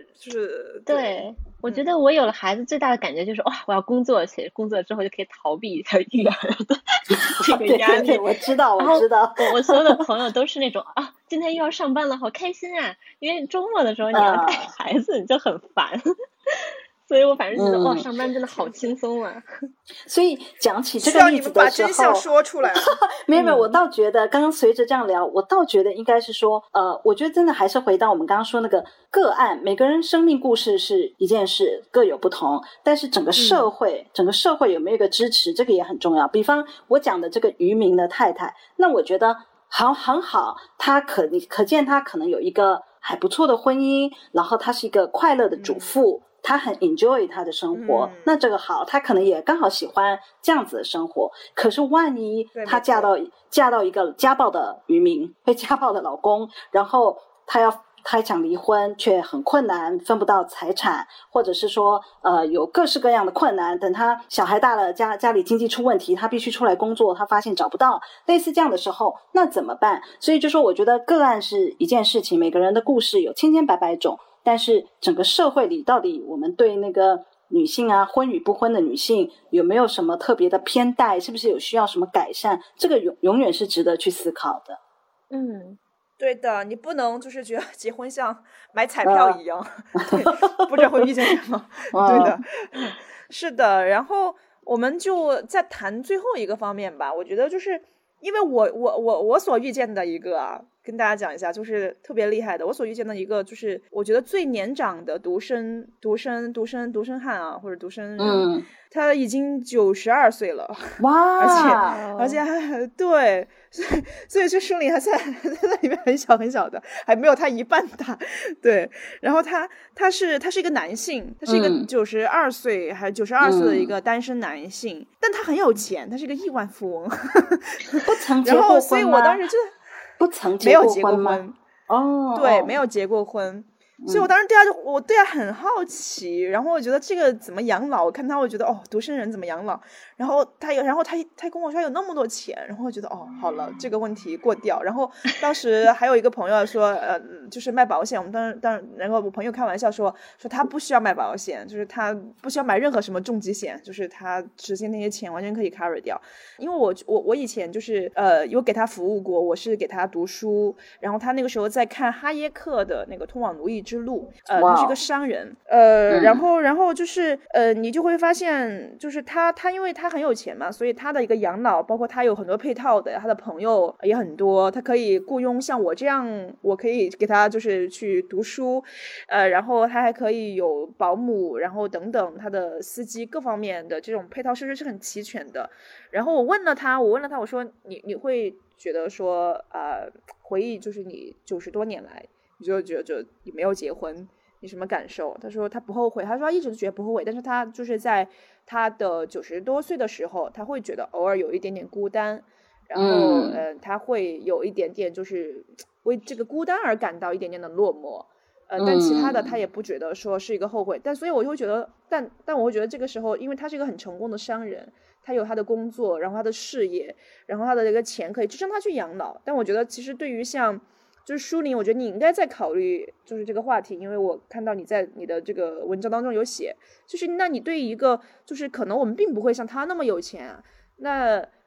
就是、就是对, 对我觉得我有了孩子最大的感觉就是哇，我要工作，且工作之后就可以逃避一下育儿的这个压力。 对对对，我知道，我知道。 我我所有的朋友都是那种啊，今天又要上班了，好开心啊！因为周末的时候你要带孩子，嗯、你就很烦。所以我反正觉得、嗯、哇，上班真的好轻松啊！ 所以讲起这个例子的时候， 需要你们把真相说出来。 没有没有，我倒觉得刚刚随着这样聊，我倒觉得应该是说，呃，我觉得真的还是回到我们刚刚说那个个案，每个人生命故事是一件事，各有不同，但是整个社会，嗯、整个社会有没有一个支持，这个也很重要。比方我讲的这个渔民的太太，那我觉得很很好，她可可见她可能有一个还不错的婚姻，然后她是一个快乐的主妇。嗯，他很 enjoy 他的生活、嗯、那这个好，他可能也刚好喜欢这样子的生活。可是万一他嫁到嫁到一个家暴的渔民，被家暴的老公，然后他要他想离婚却很困难，分不到财产，或者是说呃有各式各样的困难，等他小孩大了，家家里经济出问题，他必须出来工作，他发现找不到，类似这样的时候那怎么办？所以就说我觉得个案是一件事情，每个人的故事有千千百百种，但是整个社会里到底我们对那个女性啊，婚与不婚的女性有没有什么特别的偏待，是不是有需要什么改善，这个永永远是值得去思考的。 嗯，对的，你不能就是觉得结婚像买彩票一样、呃、对，不知道会遇见什么、呃、对的，是的。然后我们就再谈最后一个方面吧，我觉得就是因为我我我我所遇见的一个啊，跟大家讲一下，就是特别厉害的，我所遇见的一个就是我觉得最年长的独生独生独生独生汉啊，或者独生人、嗯、他已经九十二岁了， 哇， 而且而且还对，所以所以这书里还在在里面很小很小的，还没有他一半大，对。然后他他是他是一个男性，他是一个九十二岁、嗯、还九十二岁的一个单身男性、嗯、但他很有钱，他是一个亿万富翁不曾结过婚吗？然后所以我当时就不曾结过婚吗？没有结过婚哦， 对，没有结过婚。所以我当时对他就我对他很好奇，然后我觉得这个怎么养老，我看他我觉得哦，独生人怎么养老，然后他有然后他他跟我说他有那么多钱，然后我觉得哦，好了，这个问题过掉。然后当时还有一个朋友说呃就是卖保险，我们当时当然然后我朋友开玩笑说说他不需要卖保险，就是他不需要买任何什么重疾险，就是他实现那些钱完全可以 cover 掉。因为我我我以前就是呃有给他服务过，我是给他读书，然后他那个时候在看哈耶克的那个通往奴役之路，呃，他是个商人，呃，嗯、然后，然后就是，呃，你就会发现，就是他，他因为他很有钱嘛，所以他的一个养老，包括他有很多配套的，他的朋友也很多，他可以雇佣像我这样，我可以给他就是去读书，呃，然后他还可以有保姆，然后等等，他的司机各方面的这种配套设施是很齐全的。然后我问了他，我问了他，我说你你会觉得说，呃，回忆就是你九十多年来。你就觉得你没有结婚你什么感受？他说他不后悔，他说他一直都觉得不后悔，但是他就是在他的九十多岁的时候，他会觉得偶尔有一点点孤单，然后、嗯呃、他会有一点点就是为这个孤单而感到一点点的落寞，呃，但其他的他也不觉得说是一个后悔，但所以我就会觉得，但但我会觉得这个时候，因为他是一个很成功的商人，他有他的工作，然后他的事业，然后他的这个钱可以支撑他去养老，但我觉得其实对于像就是舒林，我觉得你应该再考虑就是这个话题，因为我看到你在你的这个文章当中有写，就是那你对于一个就是可能我们并不会像他那么有钱啊，那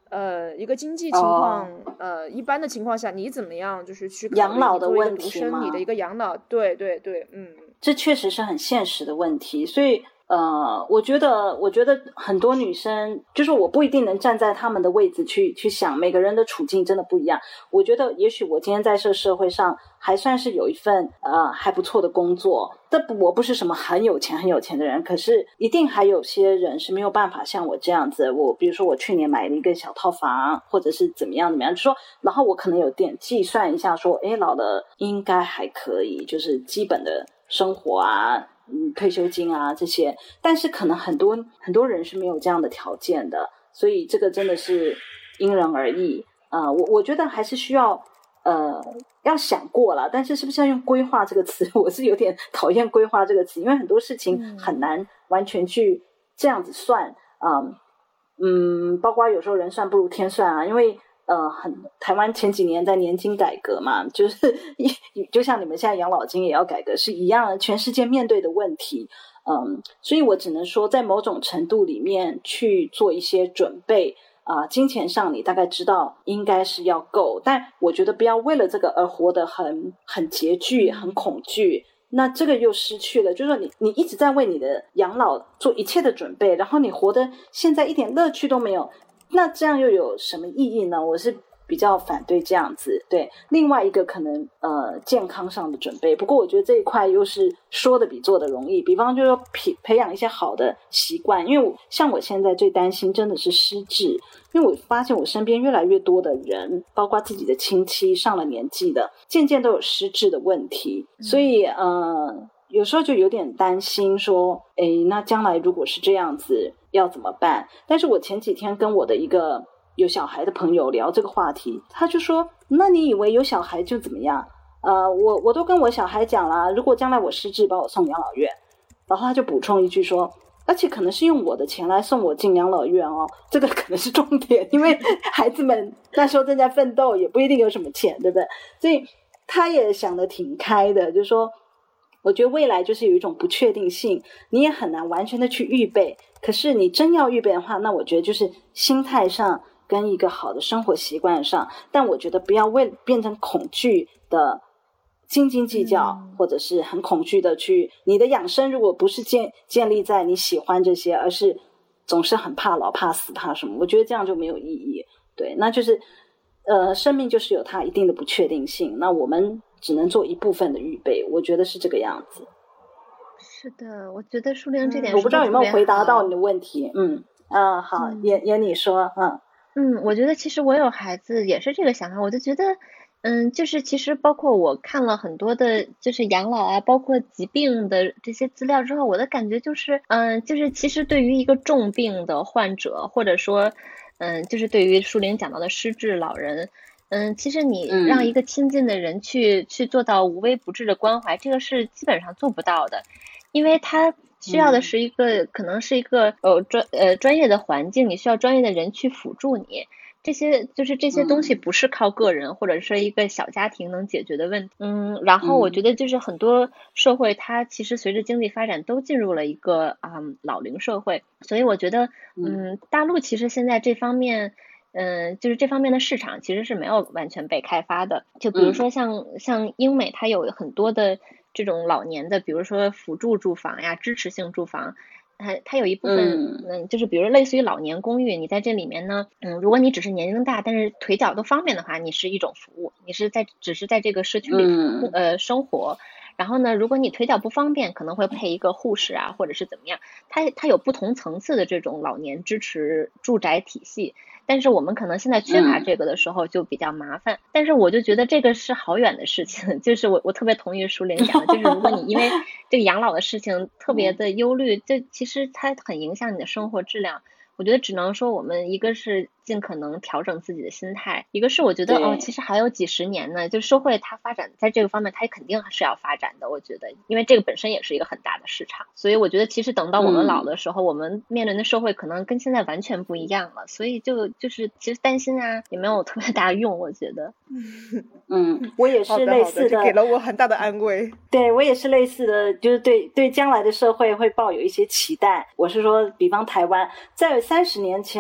呃，一个经济情况，哦、呃，一般的情况下，你怎么样就是去考虑养老的问题独生你的一个养老？对对对，嗯， 这确实是很现实的问题，所以。呃，我觉得，我觉得很多女生，就是我不一定能站在她们的位置去去想，每个人的处境真的不一样。我觉得，也许我今天在这社会上还算是有一份呃还不错的工作，但我不是什么很有钱很有钱的人，可是一定还有些人是没有办法像我这样子。我比如说我去年买了一个小套房，或者是怎么样怎么样，就说，然后我可能有点计算一下，说，诶，老了应该还可以，就是基本的生活啊。嗯，退休金啊这些，但是可能很多很多人是没有这样的条件的，所以这个真的是因人而异。呃，我我觉得还是需要呃要想过了，但是是不是要用规划这个词，我是有点讨厌规划这个词，因为很多事情很难完全去这样子算啊。嗯, 嗯，包括有时候人算不如天算啊，因为。呃，很台湾前几年在年金改革嘛，就是就像你们现在养老金也要改革是一样的，全世界面对的问题。嗯，所以我只能说，在某种程度里面去做一些准备啊、呃，金钱上你大概知道应该是要够，但我觉得不要为了这个而活得很很拮据、很恐惧。那这个又失去了，就是说你你一直在为你的养老做一切的准备，然后你活得现在一点乐趣都没有。那这样又有什么意义呢？我是比较反对这样子。对，另外一个可能呃健康上的准备，不过我觉得这一块又是说的比做的容易。比方就是说培培养一些好的习惯，因为我像我现在最担心真的是失智，因为我发现我身边越来越多的人，包括自己的亲戚上了年纪的，渐渐都有失智的问题，所以呃有时候就有点担心说，诶，那将来如果是这样子要怎么办？但是我前几天跟我的一个有小孩的朋友聊这个话题，他就说，那你以为有小孩就怎么样？呃，我我都跟我小孩讲了，如果将来我失智把我送养老院，然后他就补充一句说，而且可能是用我的钱来送我进养老院哦，这个可能是重点，因为孩子们那时候正在奋斗，也不一定有什么钱，对不对？所以他也想得挺开的，就是说我觉得未来就是有一种不确定性，你也很难完全的去预备，可是你真要预备的话，那我觉得就是心态上跟一个好的生活习惯上，但我觉得不要为变成恐惧的斤斤计较、嗯、或者是很恐惧的去，你的养生如果不是建建立在你喜欢这些，而是总是很怕老怕死怕什么，我觉得这样就没有意义。对，那就是呃，生命就是有它一定的不确定性，那我们只能做一部分的预备，我觉得是这个样子。 是的，我觉得淑玲这点、 嗯、我不知道有没有回答到你的问题。嗯嗯、呃，好，也也你说。嗯嗯，我觉得其实我有孩子也是这个想法，我就觉得嗯，就是其实包括我看了很多的就是养老啊包括疾病的这些资料之后，我的感觉就是嗯，就是其实对于一个重病的患者，或者说嗯，就是对于淑玲讲到的失智老人，嗯，其实你让一个亲近的人去、嗯、去做到无微不至的关怀，这个是基本上做不到的，因为他需要的是一个、嗯、可能是一个呃专呃专业的环境，你需要专业的人去辅助你，这些就是这些东西不是靠个人、嗯、或者是一个小家庭能解决的问题。嗯，然后我觉得就是很多社会它其实随着经济发展都进入了一个啊、嗯、老龄社会，所以我觉得嗯大陆其实现在这方面嗯，就是这方面的市场其实是没有完全被开发的。就比如说像、嗯、像英美，它有很多的这种老年的，比如说辅助住房呀、支持性住房，它它有一部分嗯，就是比如类似于老年公寓，你在这里面呢，嗯，如果你只是年龄大，但是腿脚都方便的话，你是一种服务，你是在只是在这个社区里、嗯、呃生活。然后呢，如果你腿脚不方便，可能会配一个护士啊，或者是怎么样，它它有不同层次的这种老年支持住宅体系。但是我们可能现在缺乏这个的时候就比较麻烦、嗯、但是我就觉得这个是好远的事情，就是我我特别同意淑玲讲的，就是如果你因为这个养老的事情特别的忧虑，这其实它很影响你的生活质量。我觉得只能说我们一个是尽可能调整自己的心态，一个是我觉得哦，其实还有几十年呢，就社会它发展在这个方面它肯定是要发展的，我觉得因为这个本身也是一个很大的市场，所以我觉得其实等到我们老的时候、嗯、我们面临的社会可能跟现在完全不一样了，所以就就是其实担心啊也没有特别大的用，我觉得嗯，我也是类似 的, 的这给了我很大的安慰。 对，我也是类似的，就是对对将来的社会会抱有一些期待。我是说比方台湾在三十年前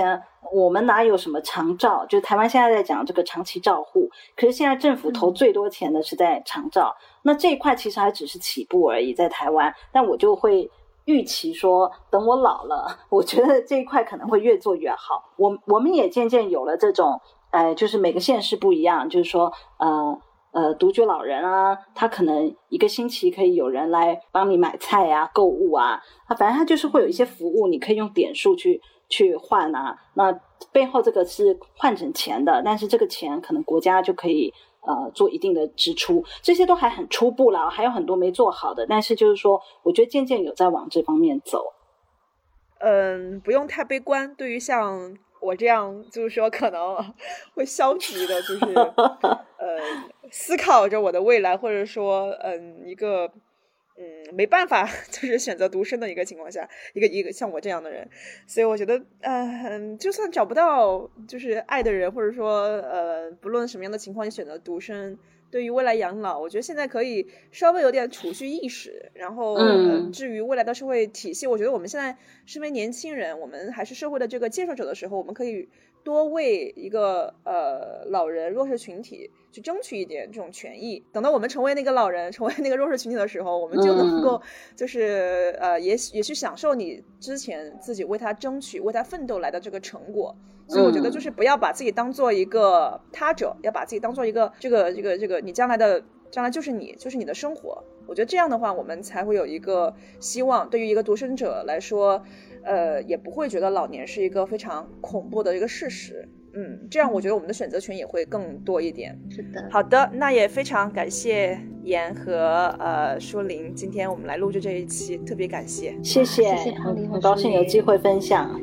我们哪有什么长照，就台湾现在在讲这个长期照护，可是现在政府投最多钱的是在长照，嗯、那这一块其实还只是起步而已，在台湾，但我就会预期说等我老了，我觉得这一块可能会越做越好。我我们也渐渐有了这种呃，就是每个县市不一样，就是说呃呃，独居老人啊，他可能一个星期可以有人来帮你买菜啊、购物啊，啊，反正他就是会有一些服务，你可以用点数去去换啊。那背后这个是换成钱的，但是这个钱可能国家就可以呃做一定的支出，这些都还很初步啦，还有很多没做好的，但是就是说，我觉得渐渐有在往这方面走。 嗯，不用太悲观，对于像我这样就是说可能会消极的，就是呃思考着我的未来，或者说嗯一个嗯没办法就是选择独身的一个情况下，一个一个像我这样的人，所以我觉得嗯就算找不到就是爱的人，或者说呃不论什么样的情况你选择独身，对于未来养老，我觉得现在可以稍微有点储蓄意识，然后、嗯呃、至于未来的社会体系，我觉得我们现在身为年轻人，我们还是社会的这个建设者的时候，我们可以多为一个呃老人弱势群体去争取一点这种权益。等到我们成为那个老人，成为那个弱势群体的时候，我们就能够就是呃也也去享受你之前自己为他争取、为他奋斗来的这个成果。所以我觉得就是不要把自己当做一个他者，要把自己当做一个这个这个这个你将来的将来就是你就是你的生活。我觉得这样的话我们才会有一个希望，对于一个独身者来说呃，也不会觉得老年是一个非常恐怖的一个事实。嗯，这样我觉得我们的选择权也会更多一点。 是的。 好的，那也非常感谢妍和呃舒琳，今天我们来录制这一期，特别感谢。 谢谢， 谢谢胖丽和很高兴有机会分享。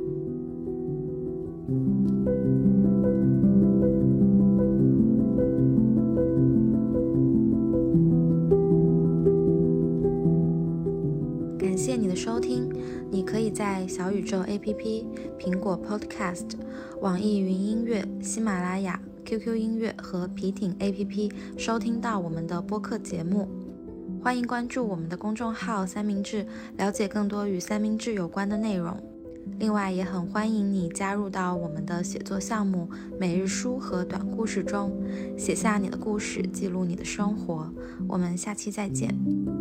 感谢你的收听，你可以在小宇宙 A P P、苹果 Podcast、网易云音乐、喜马拉雅、Q Q 音乐和皮艇 A P P 收听到我们的播客节目。欢迎关注我们的公众号三明治，了解更多与三明治有关的内容。另外也很欢迎你加入到我们的写作项目每日书和短故事中，写下你的故事，记录你的生活。我们下期再见。